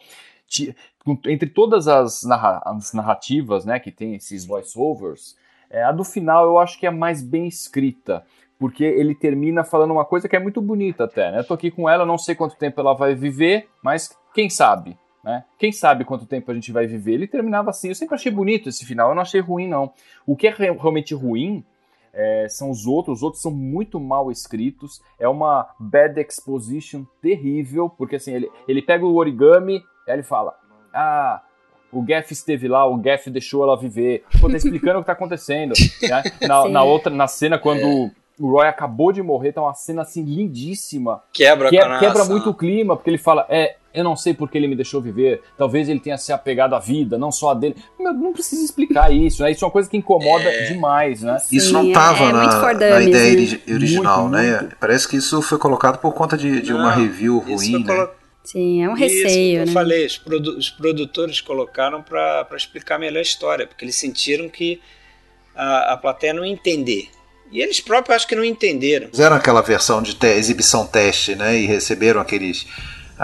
entre todas as, narra as narrativas, né, que tem esses voice-overs, é, a do final eu acho que é mais bem escrita, porque ele termina falando uma coisa que é muito bonita até, né? Eu tô aqui com ela, não sei quanto tempo ela vai viver, mas quem sabe? Né? Quem sabe quanto tempo a gente vai viver. Ele terminava assim. Eu sempre achei bonito esse final, eu não achei ruim não. O que é realmente ruim é, são os outros. Os outros são muito mal escritos. É uma bad exposition terrível, porque assim, ele, ele pega o origami e aí ele fala, ah, o Gaff esteve lá, o Gaff deixou ela viver. Pô, tá explicando o que tá acontecendo, né? na, na outra, na cena quando é. o Roy acabou de morrer, tá uma cena assim lindíssima, quebra, que é, quebra muito o clima, porque ele fala, é, eu não sei porque ele me deixou viver, talvez ele tenha se apegado à vida, não só a dele. Meu, não precisa explicar isso, né? Isso é uma coisa que incomoda é... demais, né? Isso Sim, não estava é, na, é na ideia original, muito, né? muito. Parece que isso foi colocado por conta de, de não, uma review ruim, né? Colo... Sim, é um receio, isso que eu né? falei, os, produ os produtores colocaram para explicar melhor a história, porque eles sentiram que a, a plateia não ia entender. E eles próprios acho que não entenderam. Fizeram aquela versão de te exibição teste, né? E receberam aqueles a,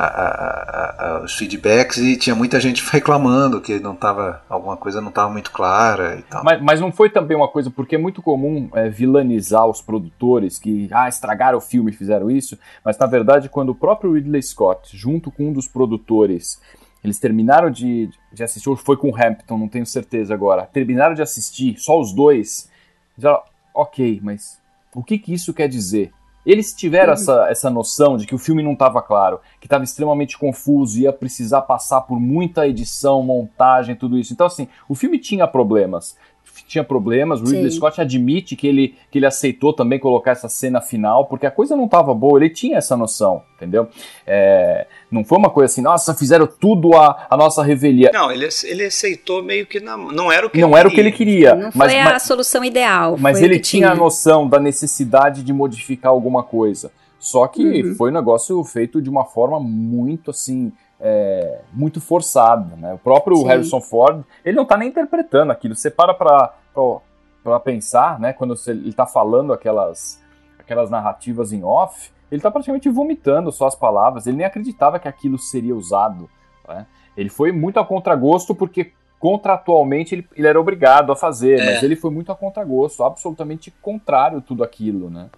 a, a, os feedbacks e tinha muita gente reclamando que não tava, alguma coisa não estava muito clara e tal. Mas, mas não foi também uma coisa, porque é muito comum é, vilanizar os produtores que ah, estragaram o filme e fizeram isso, mas na verdade quando o próprio Ridley Scott, junto com um dos produtores, eles terminaram de, de assistir, ou foi com o Hampton, não tenho certeza agora, terminaram de assistir, só os dois, já ok, mas o que, que isso quer dizer? Eles tiveram uhum. essa, essa noção de que o filme não estava claro, que estava extremamente confuso, ia precisar passar por muita edição, montagem, tudo isso. Então, assim, o filme tinha problemas. Tinha problemas, o Ridley Sim. Scott admite que ele, que ele aceitou também colocar essa cena final, porque a coisa não estava boa, ele tinha essa noção, entendeu? É, não foi uma coisa assim, nossa, fizeram tudo a, a nossa revelia. Não, ele, ele aceitou meio que não, não era o que não ele era queria. o que ele queria. Não mas, foi mas, a solução ideal. Mas foi ele tinha, tinha a noção da necessidade de modificar alguma coisa. Só que uhum. foi um negócio feito de uma forma muito assim... É, muito forçada, né? O próprio Sim. Harrison Ford, ele não está nem interpretando aquilo. Você para para para pensar, né? Quando você, ele está falando aquelas, aquelas narrativas em off, ele está praticamente vomitando só as palavras. Ele nem acreditava que aquilo seria usado, né? Ele foi muito a contragosto porque contratualmente ele, ele era obrigado a fazer, é. mas ele foi muito a contragosto, absolutamente contrário a tudo aquilo, né?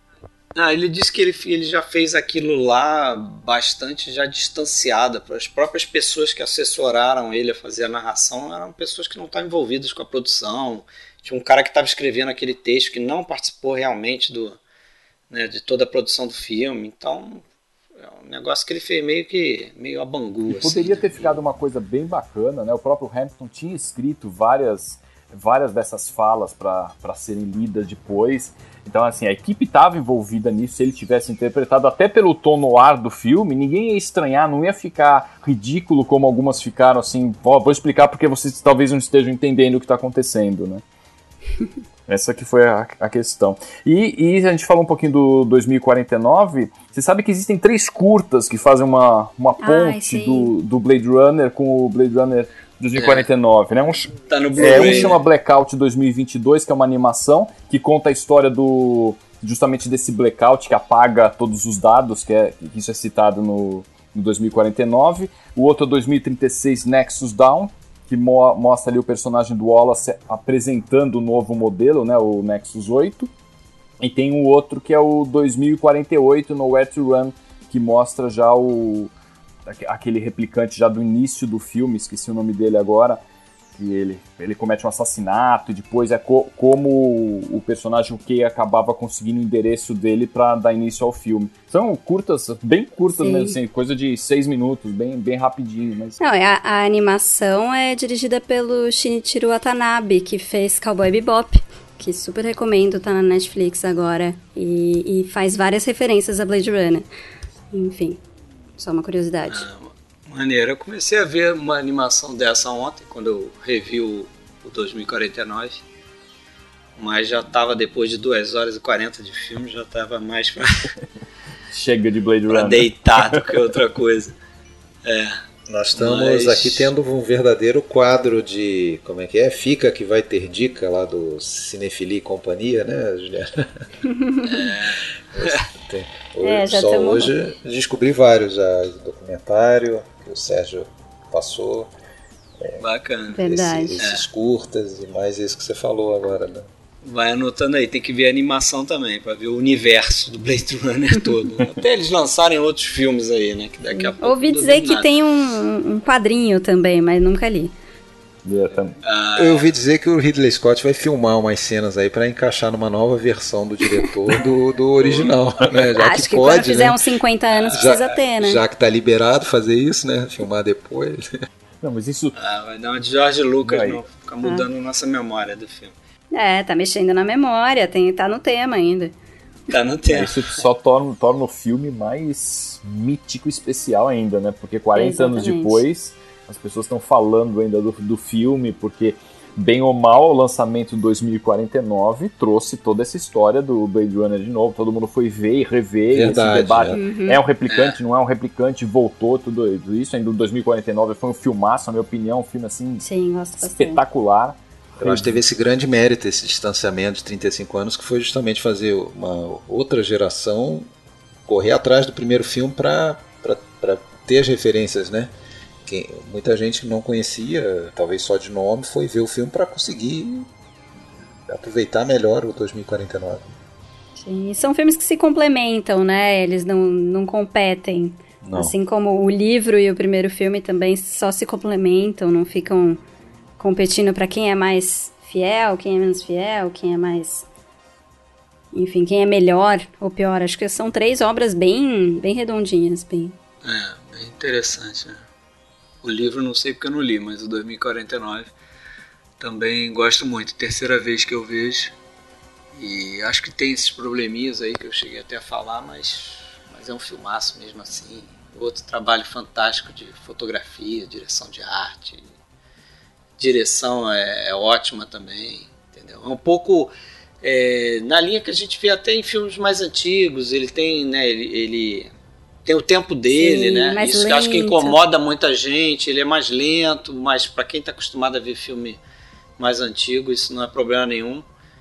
Ah, ele disse que ele, ele já fez aquilo lá bastante já distanciado. As próprias pessoas que assessoraram ele a fazer a narração eram pessoas que não estavam envolvidas com a produção. Tinha um cara que estava escrevendo aquele texto que não participou realmente do, né, de toda a produção do filme. Então, é um negócio que ele fez meio que meio a bangu. Assim, poderia ter ficado uma coisa bem bacana, né? O próprio Hampton tinha escrito várias... várias dessas falas para serem lidas depois. Então, assim, a equipe estava envolvida nisso. Se ele tivesse interpretado até pelo tom no ar do filme, ninguém ia estranhar, não ia ficar ridículo como algumas ficaram, assim, ó, vou explicar porque vocês talvez não estejam entendendo o que está acontecendo, né? Essa que foi a, a questão. E, e a gente falou um pouquinho do dois mil e quarenta e nove. Você sabe que existem três curtas que fazem uma, uma ponte Ai, do, do Blade Runner com o Blade Runner dois mil e quarenta e nove, é. né? Um, tá no é, um chama Blackout dois mil e vinte e dois, que é uma animação que conta a história do justamente desse blackout que apaga todos os dados, que, é, que isso é citado no, no dois mil e quarenta e nove. O outro é dois mil e trinta e seis, Nexus Dawn, que mo- mostra ali o personagem do Wallace apresentando o novo modelo, né, o Nexus oito. E tem um outro que é o dois mil e quarenta e oito, Nowhere to Run, que mostra já o aquele replicante já do início do filme, esqueci o nome dele agora, que ele, ele comete um assassinato e depois é co- como o personagem que acabava conseguindo o endereço dele para dar início ao filme. São curtas, bem curtas Sim. mesmo, assim, coisa de seis minutos, bem, bem rapidinho. Mas... Não, a, a animação é dirigida pelo Shinichiro Watanabe, que fez Cowboy Bebop, que super recomendo, tá na Netflix agora, e, e faz várias referências a Blade Runner. Enfim, só uma curiosidade. Ah, maneiro. Eu comecei a ver uma animação dessa ontem, quando eu revi o, o dois mil e quarenta e nove. Mas já tava, depois de duas horas e quarenta de filme, já tava mais pra, Chega de Blade pra Runner. deitar do que outra coisa. É. Nós estamos Mas- aqui tendo um verdadeiro quadro de, como é que é? Fica que vai ter dica lá do Cinefilia e Companhia, né, Juliana? É. Tem, hoje, É, já só tamo- hoje descobri vários já, documentário que o Sérgio passou, Bacana. Verdade. esse- esses curtas e mais isso que você falou agora, né? Vai anotando aí, tem que ver a animação também, pra ver o universo do Blade Runner todo. Até eles lançarem outros filmes aí, né? Que daqui a pouco. Ouvi não dizer duvido que nada. tem um, um quadrinho também, mas nunca li. É, também. Ah, Eu ouvi dizer que o Ridley Scott vai filmar umas cenas aí para encaixar numa nova versão do diretor do, do original, né? Já Acho que, que, pode, quando fizer né? uns cinquenta anos precisa ter, né? Já que tá liberado fazer isso, né? Filmar depois. Não, mas isso... ah, vai dar uma de George Lucas, Vai. não. Ficar mudando nossa memória do filme. É, tá mexendo na memória, tem, tá no tema ainda. Tá no tempo. Isso só torna, torna o filme mais mítico e especial ainda, né? Porque quarenta anos Exatamente. depois, as pessoas estão falando ainda do, do filme, porque, bem ou mal, o lançamento de dois mil e quarenta e nove trouxe toda essa história do Blade Runner de novo. Todo mundo foi ver e rever Verdade, esse debate. Uhum. É um replicante, não é um replicante, voltou tudo, tudo isso. Ainda o dois mil e quarenta e nove foi um filmaço, na minha opinião, um filme assim Sim, gosto bastante. espetacular. Eu acho que teve esse grande mérito, esse distanciamento de trinta e cinco anos, que foi justamente fazer uma outra geração correr atrás do primeiro filme para ter as referências, né? Quem, muita gente que não conhecia, talvez só de nome, foi ver o filme para conseguir aproveitar melhor o dois mil e quarenta e nove. Sim, são filmes que se complementam, né? Eles não, não competem. Não. Assim como o livro e o primeiro filme também só se complementam, não ficam competindo pra quem é mais fiel, quem é menos fiel, quem é mais... Enfim, quem é melhor ou pior. Acho que são três obras bem, bem redondinhas, bem... É, bem interessante, né? O livro não sei porque eu não li, mas o dois mil e quarenta e nove também gosto muito. Terceira vez que eu vejo. E acho que tem esses probleminhas aí que eu cheguei até a falar, mas, mas é um filmaço mesmo assim. Outro trabalho fantástico de fotografia, direção de arte. Direção é, é ótima também, entendeu? É um pouco é, na linha que a gente vê até em filmes mais antigos. Ele tem, né, ele, ele tem o tempo dele, Sim, né? mais Isso que eu acho que lento. incomoda muita gente. Ele é mais lento, mas para quem está acostumado a ver filme mais antigo, isso não é problema nenhum.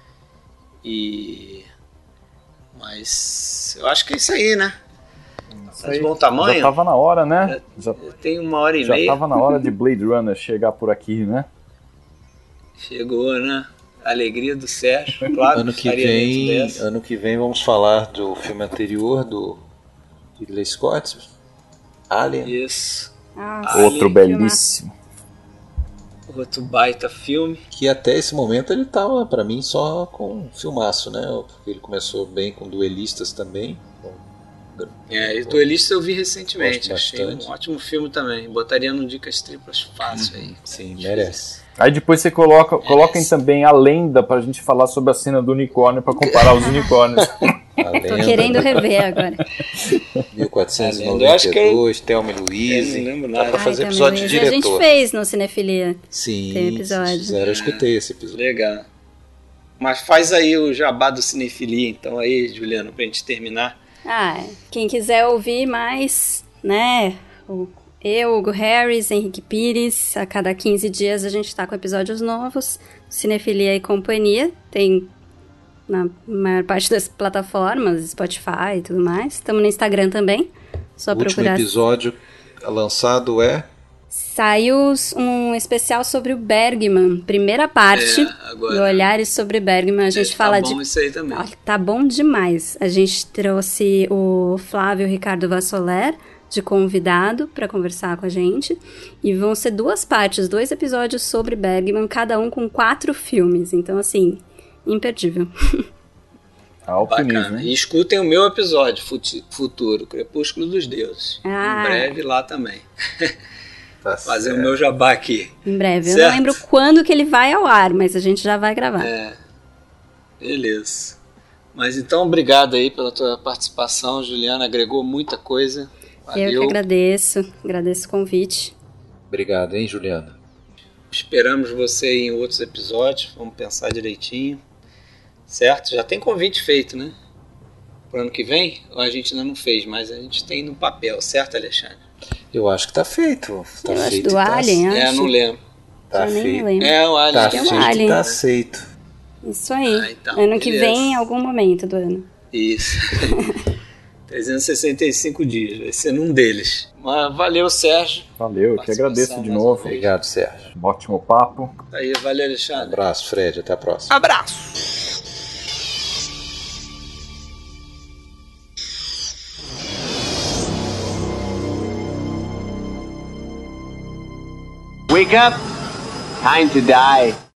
E mas eu acho que é isso aí, né? Tá de bom tamanho? Já tava na hora, né? Já, Tem uma hora e já meia. tava na hora de Blade Runner chegar por aqui, né? Chegou, né? Alegria do Sérgio, claro. Ano que faria vem, dentro dessa. ano que vem vamos falar do filme anterior do Ridley Scott, Alien. Isso. Nossa, Outro que belíssimo. Outro baita filme. Que até esse momento ele tava, pra mim, só com um filmaço, né? Porque ele começou bem com Duelistas também. É, e Duelista eu vi recentemente. Gosto Achei bastante. um ótimo filme também. Botaria no Dicas Triplas fácil aí. Sim, merece. Aí depois você coloca, coloquem Esse. também a lenda pra gente falar sobre a cena do unicórnio pra comparar os unicórnios. A Tô lenda, querendo rever agora. mil quatrocentos e A lenda, eu acho noventa e que dois, Thelma e Eu Louise. não lembro Dá nada. pra fazer Ai, episódio de também. A gente diretor. fez no Cinefilia. Sim, Tem episódio. vocês fizeram, eu escutei esse episódio. Legal. Mas faz aí o jabá do Cinefilia, então aí, Juliano, pra gente terminar. Ah, quem quiser ouvir mais, né, o- Eu, Hugo Harris, Henrique Pires, a cada quinze dias a gente tá com episódios novos. Cinefilia e Companhia, tem na maior parte das plataformas, Spotify e tudo mais. Estamos no Instagram também, só o procurar. O último episódio lançado é... Saiu um especial sobre o Bergman, primeira parte é, agora, do Olhares sobre Bergman. A gente é, fala tá bom de... isso aí também. Ah, tá bom demais. A gente trouxe o Flávio Ricardo Vassoler de convidado para conversar com a gente. E vão ser duas partes, dois episódios sobre Bergman, cada um com quatro filmes. Então, assim, imperdível. Alto nível, né? E escutem o meu episódio futuro, Crepúsculo dos Deuses. Ah. Em breve lá também. Tá Fazer certo. o meu jabá aqui. Em breve. Certo? Eu não lembro quando que ele vai ao ar, mas a gente já vai gravar. É. Beleza. Mas então, obrigado aí pela tua participação, Juliana. Agregou muita coisa. Valeu. Eu que agradeço. Agradeço o convite. Obrigado, hein, Juliana? Esperamos você em outros episódios. Vamos pensar direitinho. Certo? Já tem convite feito, né? Pro ano que vem? Ou a gente ainda não fez, mas a gente tem no papel, certo, Alexandre? Eu acho que tá feito. Tá Eu acho feito, do tá Alien, ace- É, acho. não lembro. Tá Eu nem feito. lembro. É, o Alien. Tá que é um feito, Alien. tá aceito. Isso aí. Ah, então, ano que beleza. vem, em algum momento do ano. Isso. trezentos e sessenta e cinco dias, vai ser num deles. Mas valeu, Sérgio. Valeu, eu que agradeço de novo. Obrigado, Sérgio. Um ótimo papo. Aí, valeu, Um Alexandre. abraço, Fred. Até a próxima. Abraço! Wake up! Time to die.